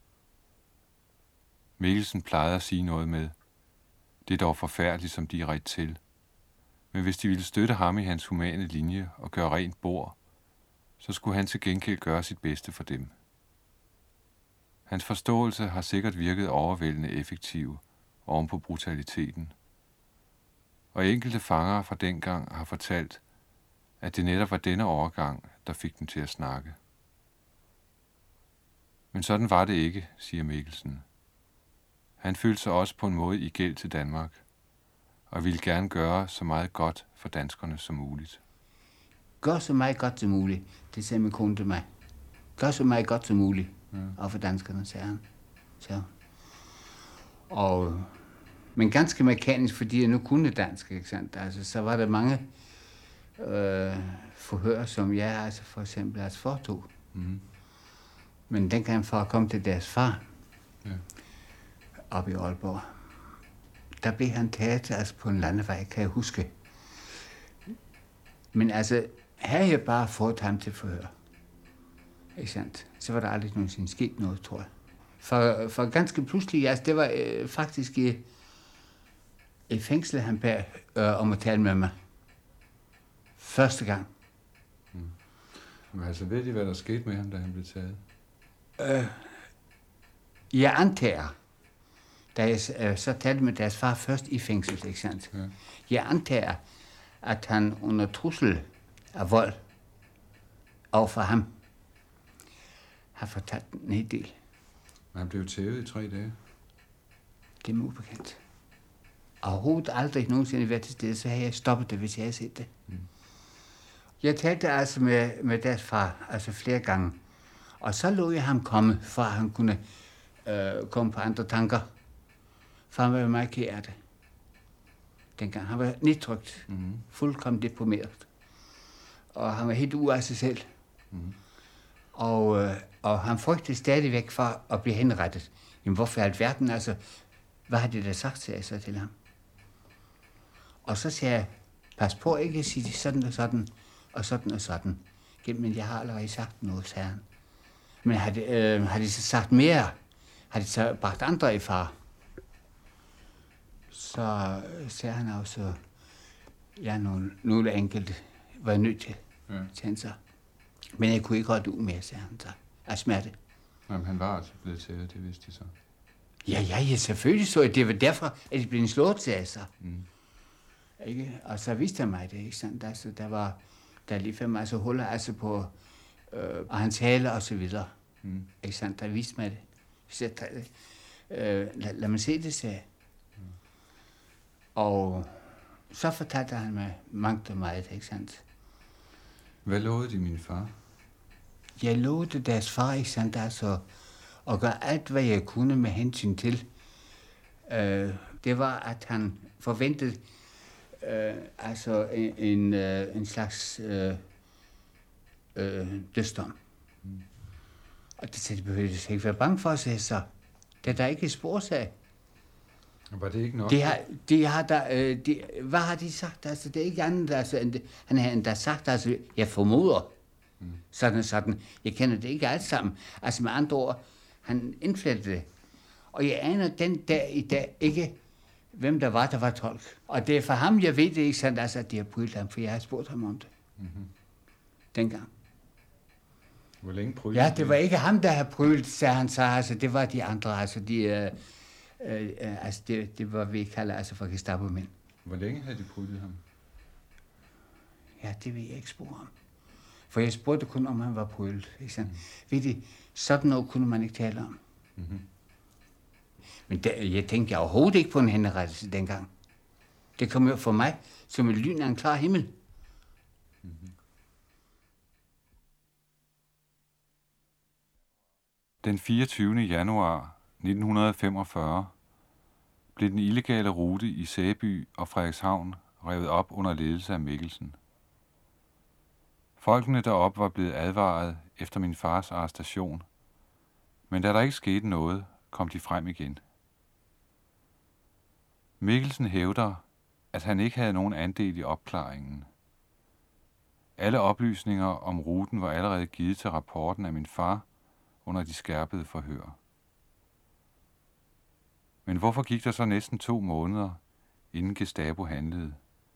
Mikkelsen plejede at sige noget med, det er dog forfærdeligt, som de er ret til. Men hvis de ville støtte ham i hans humane linje og gøre rent bord, så skulle han til gengæld gøre sit bedste for dem. Hans forståelse har sikkert virket overvældende effektiv oven på brutaliteten. Og enkelte fanger fra dengang har fortalt, at det netop var denne overgang, der fik dem til at snakke. Men sådan var det ikke, siger Mikkelsen. Han følte sig også på en måde i gæld til Danmark, og ville gerne gøre så meget godt for danskerne som muligt. Gør så meget godt som muligt, det sagde min kone til mig. Gør så meget godt som muligt, og for danskerne, sagde han. Så. Men ganske mekanisk, fordi jeg nu kunne dansk, ikke sandt? Altså, så var der mange forhør, som jeg altså for eksempel foretog. Mm. Men dengang for at komme til deres far, oppe i Aalborg, der blev han taget altså på en landevej, kan jeg huske. Men altså, havde jeg bare fået ham til forhør, ikke sandt? Så var der aldrig nogensinde sket noget, tror jeg. For ganske pludselig, altså det var faktisk i fængslet, han bad om at tale med mig. Første gang. Mm. Men altså, ved I, hvad der skete med ham, da han blev taget? Jeg antager, da jeg så talte med deres far først i fængsel, ikke sandt? Ja. Jeg antager, at han under trussel af vold overfor ham har fortalt en hel del. Men han blev tævet i 3 dage? Det er mig ubekendt. Overhovedet aldrig nogensinde været til stede, så havde jeg stoppet det, hvis jeg havde set det. Mm. Jeg talte altså med deres far, altså flere gange. Og så lå jeg ham komme, for at han kunne komme på andre tanker. For han var meget ked af det. Dengang. Han var nedtrykt. Fuldkommen deprimeret. Og han var helt ude af sig selv. Mm. Og han frygtede stadigvæk for at blive henrettet. Jamen hvorfor i alverden, altså, hvad har de da sagt, sagde jeg så til ham. Og så sagde jeg, pas på ikke at sige sådan og sådan, og sådan og sådan. Men jeg har allerede sagt noget, sagde han. Men har de så sagt mere? har de så bragt andre i far. Så sagde han også, ja, nogle enkelte var jeg nødt til at tænde sig. Men jeg kunne ikke holde ud mere, sagde han så, af smerte. Jamen, han var altså blevet tævet, det vidste de så. Ja, selvfølgelig så jeg. Det var derfor, at de blev slået til sig. Ikke? Og så vidste han mig det, ikke sandt? Altså, der lige fem altså huller altså på og hans hale og så videre. Ikke sandt? Der viste mig det. Så, lad mig se det, sagde jeg. Og så fortalte han mig mangt og meget, ikke sandt? Hvad lovede de min far? Jeg lovede deres far, ikke sandt? Altså, at gøre alt, hvad jeg kunne med hensyn til. Det var, at han forventede altså en slags dødsdom. Og det sagde, de behøvede ikke være bange for, sagde så. Det er der ikke spor af. Var det ikke nok? Hvad har de sagt? Altså, det er ikke andet, altså, end han har endda sagt, altså, jeg formoder. Sådan. Jeg kender det ikke alt sammen. Altså, med andre ord, han indflettede det. Og jeg aner den dag i dag ikke, hvem der var tolk. Og det er for ham, jeg ved det ikke sandt, altså, at de har prylet ham, for jeg har spurgt ham om det. Dengang. Hvor længe prylede Ja, det var ikke ham, der havde prylet, sagde han så. Altså, det var de andre, altså, det var, vi kalder altså for Gestapo-mænd. Hvor længe havde de prylet ham? Ja, det vil jeg ikke spore om. For jeg spurgte kun, om han var prylet. Ved I, sådan noget kunne man ikke tale om. Men jeg tænkte overhovedet ikke på en henrettelse dengang. Det kom jo for mig som et lyn af en klar himmel. Den 24. januar 1945 blev den illegale rute i Sæby og Frederikshavn revet op under ledelse af Mikkelsen. Folkene deroppe var blevet advaret efter min fars arrestation, men da der ikke skete noget, kom de frem igen. Mikkelsen hævder, at han ikke havde nogen andel i opklaringen. Alle oplysninger om ruten var allerede givet til rapporten af min far under de skærpede forhør. Men hvorfor gik der så næsten 2 måneder, inden Gestapo handlede?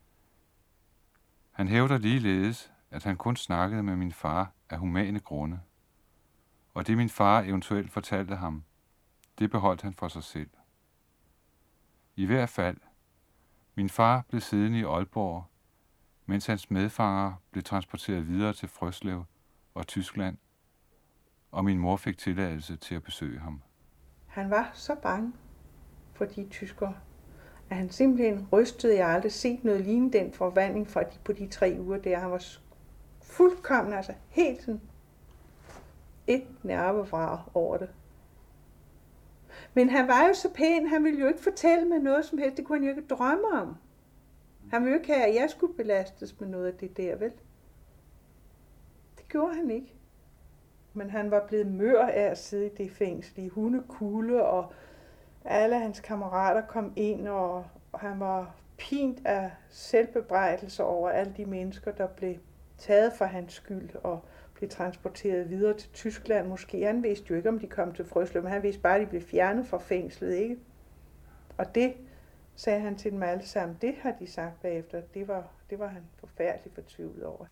Han hævder ligeledes, at han kun snakkede med min far af humane grunde, og det min far eventuelt fortalte ham, det beholdt han for sig selv. I hvert fald, min far blev siddende i Aalborg, mens hans medfanger blev transporteret videre til Frøslev og Tyskland, og min mor fik tilladelse til at besøge ham. Han var så bange for de tyskere, at han simpelthen rystede. Jeg har aldrig set noget lignende den forvandling på de 3 uger der. Han var fuldkommen, altså helt sådan et nervevrag over det. Men han var jo så pæn, han ville jo ikke fortælle mig noget som helst. Det kunne han jo ikke drømme om. Han ville jo ikke have, at jeg skulle belastes med noget af det der, vel? Det gjorde han ikke. Men han var blevet mør af at sidde i det fængsel i hundekulde, og alle hans kammerater kom ind, og han var pint af selvbebrejdelse over alle de mennesker, der blev taget for hans skyld og blev transporteret videre til Tyskland måske. Han vidste jo ikke, om de kom til Frøslev, men han vidste bare, at de blev fjernet fra fængslet, ikke? Og det sagde han til dem alle sammen. Det har de sagt bagefter. Det var han forfærdeligt fortvivlet over.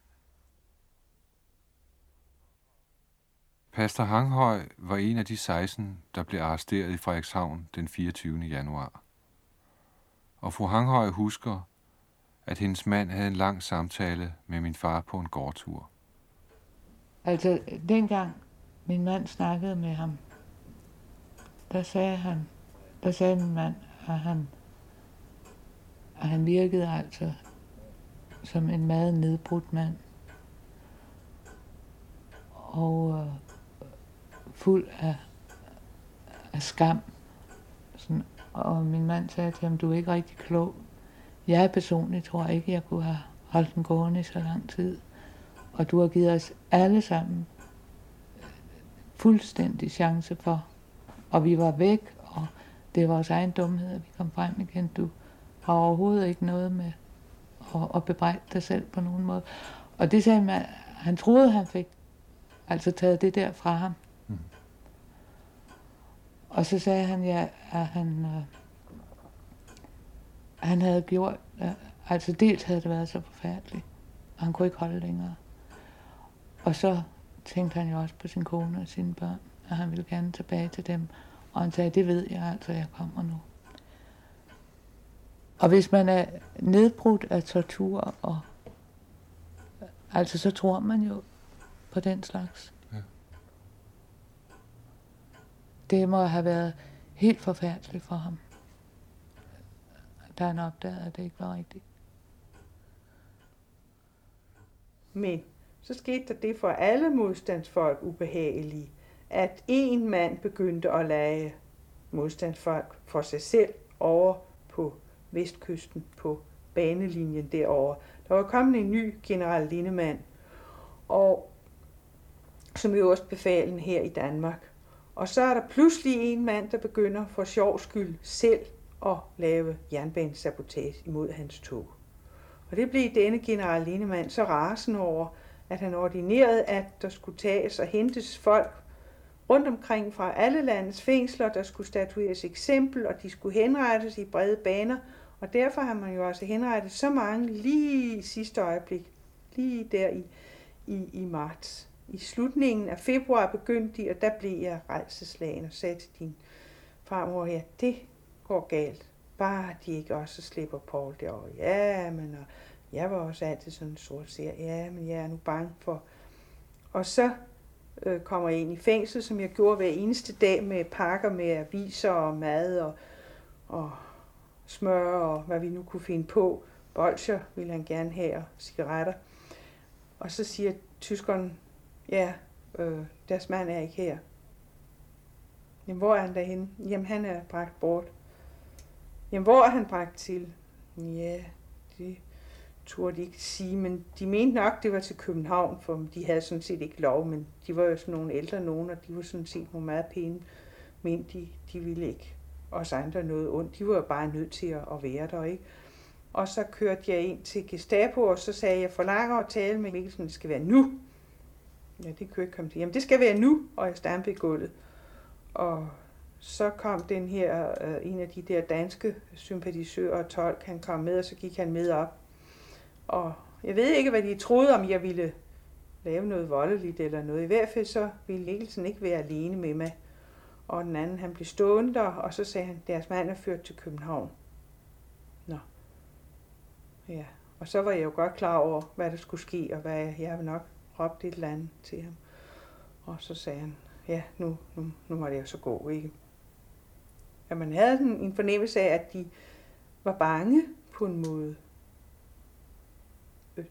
Pastor Hanghøj var en af de 16, der blev arresteret i Frederikshavn den 24. januar. Og fru Hanghøj husker, at hendes mand havde en lang samtale med min far på en gårdtur. Altså, dengang min mand snakkede med ham, der sagde min mand, at han virkede altså som en meget nedbrudt mand. Og fuld af skam. Sådan, og min mand sagde til ham, du er ikke rigtig klog. Jeg personligt tror ikke, jeg kunne have holdt den gående i så lang tid. Og du har givet os alle sammen fuldstændig chance for. Og vi var væk, og det var vores egen dumhed, at vi kom frem igen. Du har overhovedet ikke noget med at bebrejde dig selv på nogen måde. Og det sagde man, han troede, han fik altså taget det der fra ham. Og så sagde han, ja, at han havde gjort, altså dels havde det været så forfærdeligt, og han kunne ikke holde længere. Og så tænkte han jo også på sin kone og sine børn, at han ville gerne tilbage til dem. Og han sagde, det ved jeg altså, jeg kommer nu. Og hvis man er nedbrudt af tortur, og altså så tror man jo på den slags. Ja. Det må have været helt forfærdeligt for ham, da han opdagede, at det ikke var rigtigt. Men så skete der det for alle modstandsfolk ubehagelige, at en mand begyndte at lade modstandsfolk for sig selv over på vestkysten på banelinjen derovre. Der var kommet en ny general Lindemann, og som øverstbefalen her i Danmark. Og så er der pludselig en mand, der begynder for sjov skyld selv at lave jernbanesabotage imod hans tog. Og det blev denne general Lindemann så rasende over, at han ordinerede, at der skulle tages og hentes folk rundt omkring fra alle landets fængsler, der skulle statueres eksempel, og de skulle henrettes i brede baner. Og derfor har man jo også henrettet så mange lige i sidste øjeblik, lige der i marts. I slutningen af februar begyndte de, og der blev jeg rædselsslagen og sagde til din farmor, ja, det går galt. Bare de ikke også slipper Paul derovre. Ja, men og jeg var også altid sådan en sort seer. Ja, men jeg er nu bange for. Og så kommer jeg ind i fængsel, som jeg gjorde hver eneste dag med pakker med aviser og mad og smør og hvad vi nu kunne finde på. Bolsjer ville han gerne have og cigaretter. Og så siger tyskeren, ja, deres mand er ikke her. Jamen, hvor er han derhenne? Jamen, han er bragt bort. Jamen, hvor er han bragt til? Ja, det turde de ikke sige, men de mente nok, det var til København, for de havde sådan set ikke lov, men de var jo sådan nogle ældre nogen, og de var sådan set nogle meget pæne, men de ville ikke os andre noget ondt. De var jo bare nødt til at være der, ikke? Og så kørte jeg ind til Gestapo, og så sagde jeg, forlanger at tale med Mikkelsen, det skal være nu. Ja, det kunne jeg ikke komme til. Jamen, det skal være nu, og jeg stampede i gulvet. Og så kom den her, en af de der danske sympatisører og tolk, han kom med, og så gik han med op. Og jeg ved ikke, hvad de troede, om jeg ville lave noget voldeligt eller noget. I hvert fald så ville Mikkelsen ikke være alene med mig. Og den anden, han blev stående der, og så sagde han, deres mand er ført til København. Nå. Ja, og så var jeg jo godt klar over, hvad der skulle ske, og hvad jeg ville nok råbt et eller andet til ham. Og så sagde han, ja, nu må det jo så gå, ikke? Ja, man havde en fornemmelse af, at de var bange på en måde. Det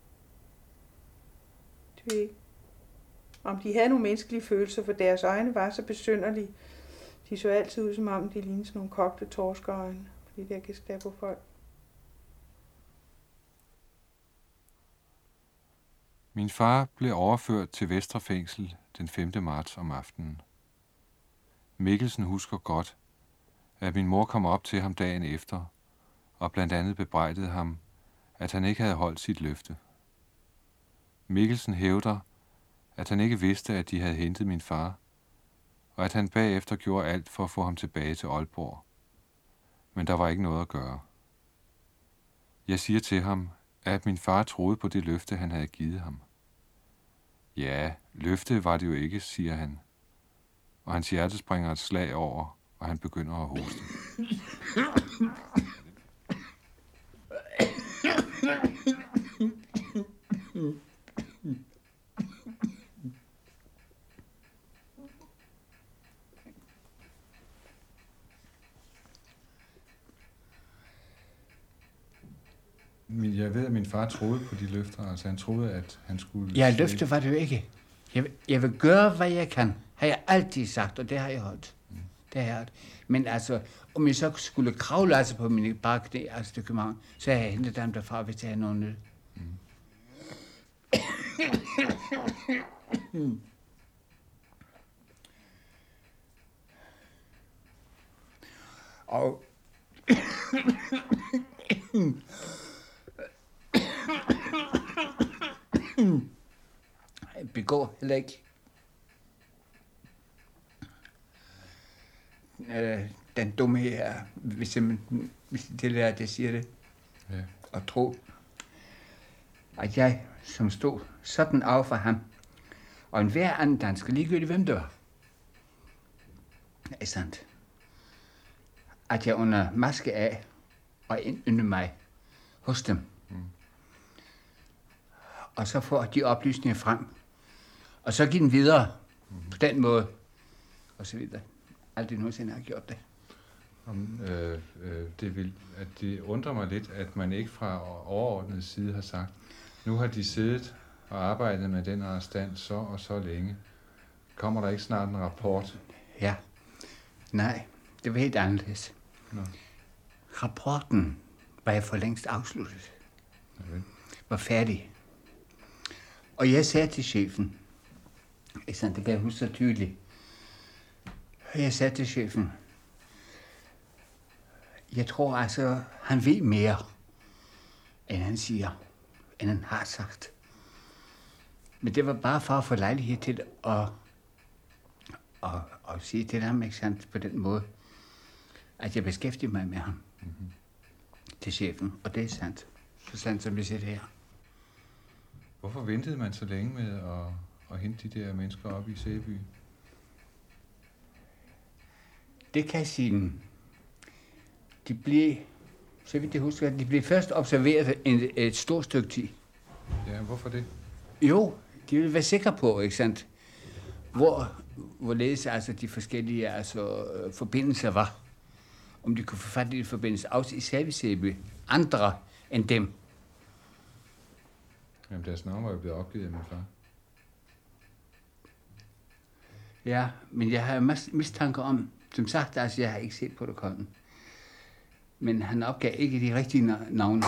ved jeg ikke. Om de havde nogle menneskelige følelser, for deres øjne var så besynderlige. De så altid ud, som om de lignede sådan nogle kogte torskerøjne, de der Gestapo-folk. Min far blev overført til Vestre Fængsel den 5. marts om aftenen. Mikkelsen husker godt, at min mor kom op til ham dagen efter, og blandt andet bebrejdede ham, at han ikke havde holdt sit løfte. Mikkelsen hævder, at han ikke vidste, at de havde hentet min far, og at han bagefter gjorde alt for at få ham tilbage til Aalborg. Men der var ikke noget at gøre. Jeg siger til ham, at min far troede på det løfte, han havde givet ham. Ja, løfte var det jo ikke, siger han. Og hans hjerte springer et slag over, og han begynder at hoste. Jeg ved, at min far troede på de løfter. Altså, han troede, at han skulle... Ja, løfte var det jo ikke. Jeg vil gøre, hvad jeg kan, har jeg altid sagt, og det har jeg holdt. Det har jeg holdt. Men altså, om jeg så skulle kravle altså på mine bakke, altså til København, så har jeg hentet dem derfra, hvis jeg har noget nyt. Og... begår heller ikke. den dumme her, hvis det er, det siger det, Ja. og tro, at jeg, som stod sådan over for ham, og enhver anden dansker, ligegyldigt hvem det var, er sandt, at jeg under maske af og indynde mig hos dem. Og så får de oplysninger frem, og så give den videre på den måde, og så videre. Aldrig nogensinde har gjort det. Det undrer mig lidt, at man ikke fra overordnet side har sagt, nu har de siddet og arbejdet med den arrestant så og så længe. Kommer der ikke snart en rapport? Ja. Nej, det var helt anderledes. Nå. Rapporten var jeg for længst afsluttet. Okay. Var færdig. Og jeg sagde til chefen, det kan jeg huske så tydeligt, jeg sagde til chefen, jeg tror altså, han ved mere, end han siger, end han har sagt. Men det var bare for at få lejlighed til at sige til ham, ikke sandt, på den måde, at jeg beskæftiger mig med ham. Mm-hmm. Til chefen, og det er sandt. Så sandt, som vi siger det her. Hvorfor ventede man så længe med at hente de der mennesker op i Sæby? Det kan jeg sige. De blev, så vidt jeg husker, de blev først observeret et stort stykke tid. Ja, hvorfor det? Jo, de ville være sikre på, ikke sandt, hvorledes altså de forskellige forbindelser var. Om de kunne få fat i de forbindelser, også især i Sæby, andre end dem. Jamen, deres navn var jo blevet opgivet af min far. Ja, men jeg har mistanke om, som sagt, altså jeg har ikke set protokollen, men han opgav ikke de rigtige navne.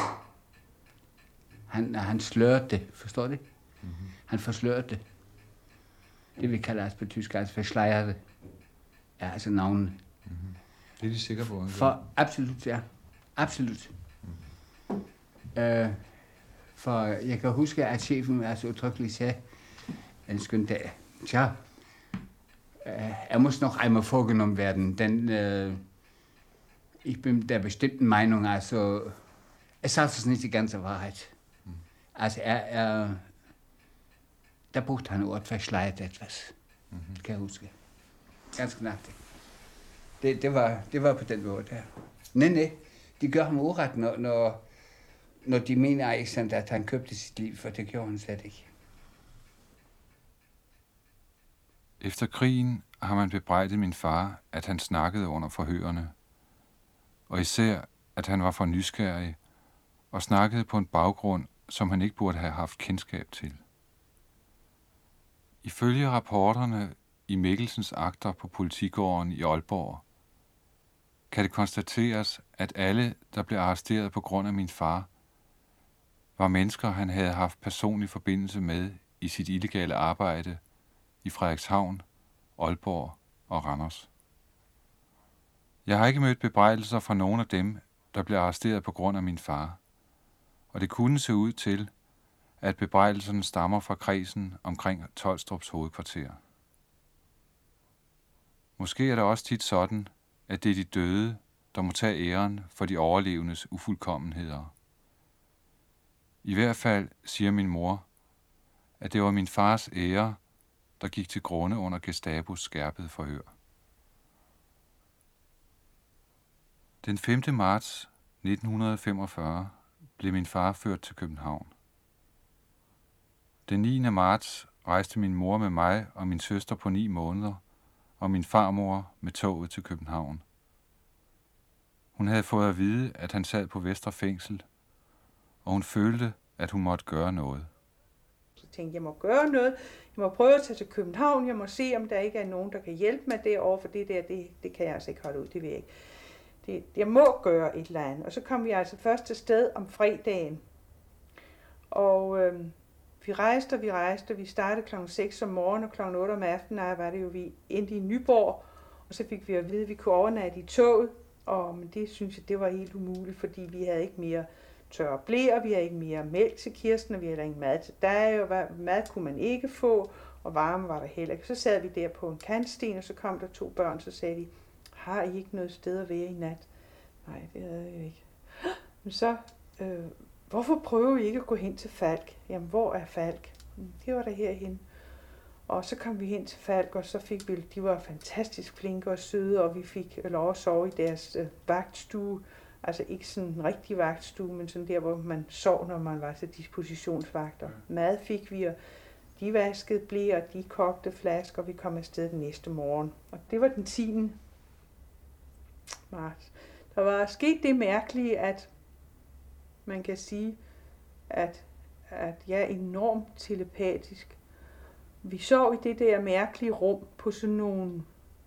Han slørte det, forstår du det? Mm-hmm. Han forslørte det. Det vi kalder altså på tysk, altså verschleierte, er altså navnene. Mm-hmm. Det er de sikre på? Ikke? For absolut, ja. Absolut. Mm. For jeg kan huske, at chefen altså udtrykkeligt sagde en skøn dag, tja, muss noch einmal vorgenommen werden, denn ich bin der bestimmten Meinung, also es sagt es nicht die ganze Wahrheit. Mm. Altså der brugte han ordet verschleiert etwas. Mm-hmm. Det kan jeg huske. Ganske nøjagtigt. Det var på den måde der. Nej, de gør ham uret, når de mener ikke sandt, at han købte sit liv, for det gjorde han slet ikke. Efter krigen har man bebrejdet min far, at han snakkede under forhørene, og især, at han var for nysgerrig og snakkede på en baggrund, som han ikke burde have haft kendskab til. Ifølge rapporterne i Mikkelsens akter på politigården i Aalborg, kan det konstateres, at alle, der blev arresteret på grund af min far, var mennesker, han havde haft personlig forbindelse med i sit illegale arbejde i Frederikshavn, Aalborg og Randers. Jeg har ikke mødt bebrejdelser fra nogen af dem, der blev arresteret på grund af min far, og det kunne se ud til, at bebrejdelserne stammer fra kredsen omkring Tolstrups hovedkvarter. Måske er det også tit sådan, at det er de døde, der må tage æren for de overlevendes ufuldkommenheder. I hvert fald siger min mor, at det var min fars ære, der gik til grunde under Gestapos skærpede forhør. Den 5. marts 1945 blev min far ført til København. Den 9. marts rejste min mor med mig og min søster på 9 måneder, og min farmor med toget til København. Hun havde fået at vide, at han sad på Vestre Fængsel, og hun følte, at hun måtte gøre noget. Så tænkte jeg må gøre noget. Jeg må prøve at tage til København. Jeg må se, om der ikke er nogen, der kan hjælpe mig derovre, for det der, det kan jeg altså ikke holde ud. Det vil jeg ikke. Jeg må gøre et eller andet. Og så kom vi altså først til sted om fredagen. Og vi rejste. Vi startede kl. 6 om morgenen, og kl. 8 om aftenen var det jo, vi endte i Nyborg. Og så fik vi at vide, at vi kunne overnatte i toget. Men det synes jeg, det var helt umuligt, fordi vi havde ikke mere tørre bleer, vi havde ikke mere mælk til Kirsten, og vi havde ikke mad til dig, og mad kunne man ikke få, og varme var der heller ikke. Så sad vi der på en kantsten, og så kom der 2 børn, så sagde de, har I ikke noget sted at være i nat? Nej, det havde jeg ikke. Men så, hvorfor prøver I ikke at gå hen til Falk? Jamen, hvor er Falk? Det var der herhen. Og så kom vi hen til Falk, og så fik vi, de var fantastisk flinke og søde, og vi fik lov at sove i deres vagtstue. Altså ikke sådan en rigtig vagtstue, men sådan der, hvor man sov, når man var til dispositionsvagter. Mad fik vi, og de vaskede ble, og de kogte flasker, og vi kom afsted den næste morgen. Og det var den 10. marts. Der var sket det mærkelige, at man kan sige, at jeg er enormt telepatisk. Vi sov i det der mærkelige rum på sådan nogle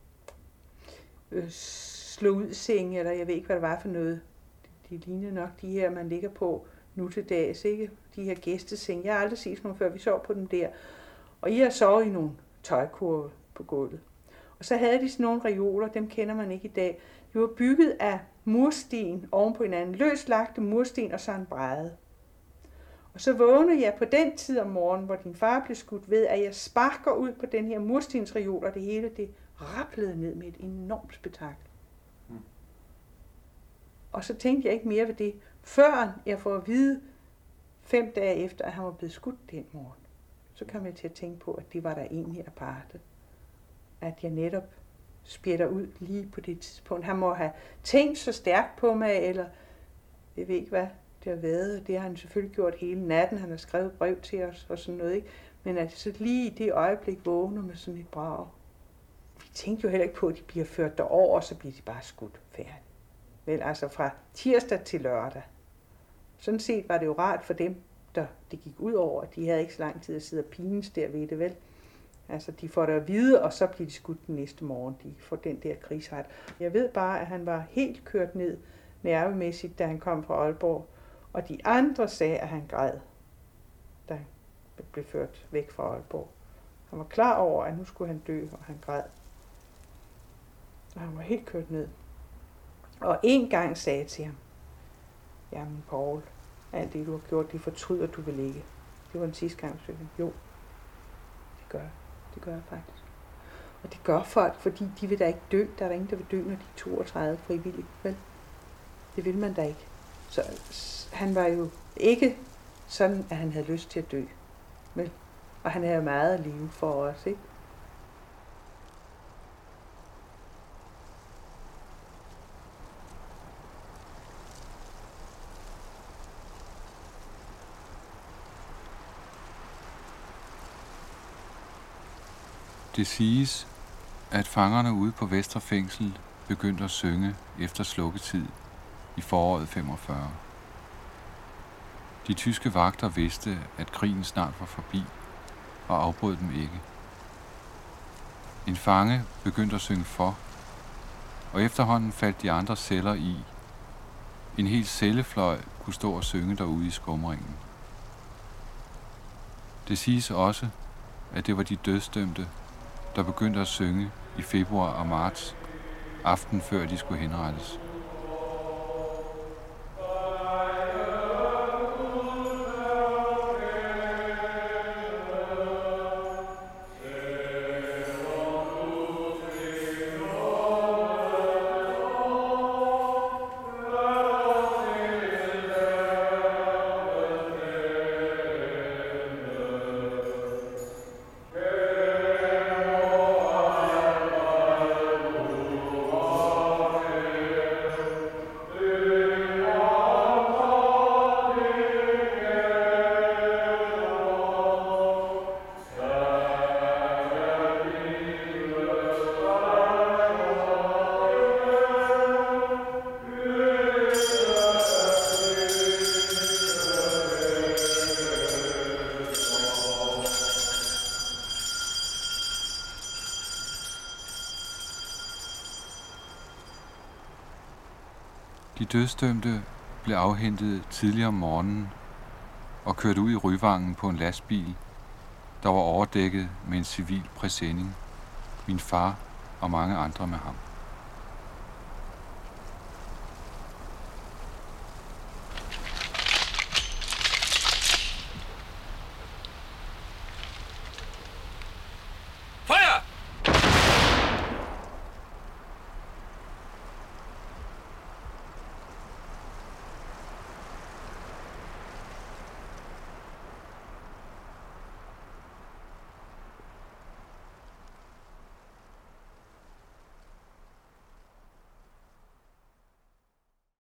slå ud senge, eller jeg ved ikke, hvad det var for noget. De lignede nok de her, man ligger på nu til dags, ikke? De her gæstesenge. Jeg har aldrig set sådan nogle før. Vi sov på dem der. Og I har sovet i nogle tøjkurve på gulvet. Og så havde de sådan nogle reoler, dem kender man ikke i dag. De var bygget af mursten oven på hinanden. Løslagte mursten og så en bræde. Og så vågnede jeg på den tid om morgenen, hvor din far blev skudt ved, at jeg sparker ud på den her murstensreol, og det hele det rablede ned med et enormt spektakel. Og så tænkte jeg ikke mere ved det, før jeg får at vide 5 dage efter, at han var blevet skudt den morgen. Så kom jeg til at tænke på, at det var der egentlig aparte. At jeg netop spjætter ud lige på det tidspunkt. Han må have tænkt så stærkt på mig, eller jeg ved ikke hvad det har været. Det har han selvfølgelig gjort hele natten. Han har skrevet brev til os og sådan noget, ikke? Men at så lige i det øjeblik vågner med sådan et brag. Vi tænkte jo heller ikke på, at de bliver ført derover, og så bliver de bare skudt færdigt. Vel, altså fra tirsdag til lørdag. Sådan set var det jo rart for dem, der det gik ud over. De havde ikke så lang tid at sidde og pines der ved det, vel? Altså, de får det at vide, og så bliver de skudt den næste morgen. De får den der krigsret. Jeg ved bare, at han var helt kørt ned nervemæssigt, da han kom fra Aalborg. Og de andre sagde, at han græd, da han blev ført væk fra Aalborg. Han var klar over, at nu skulle han dø, og han græd. Og han var helt kørt ned. Og en gang sagde jeg til ham, jamen Paul, alt det du har gjort, det fortryder du vel ikke. Det var den sidste gang, jeg jo, det gør jeg. Det gør jeg faktisk. Og det gør folk, fordi de vil da ikke dø. Der er der ingen, der vil dø, når de er 32 frivilligt. Vel? Det vil man da ikke. Så han var jo ikke sådan, at han havde lyst til at dø. Vel? Og han havde meget at leve for os, ikke? Det siges, at fangerne ude på Vestre Fængsel begyndte at synge efter slukketid i foråret 45. De tyske vagter vidste, at krigen snart var forbi, og afbrød dem ikke. En fange begyndte at synge for, og efterhånden faldt de andre celler i. En hel cellefløj kunne stå og synge derude i skumringen. Det siges også, at det var de dødsdømte, der begyndte at synge i februar og marts, aften før de skulle henrettes. De dødsdømte blev afhentet tidligere om morgenen og kørt ud i Ryvangen på en lastbil, der var overdækket med en civil præsending, min far og mange andre med ham.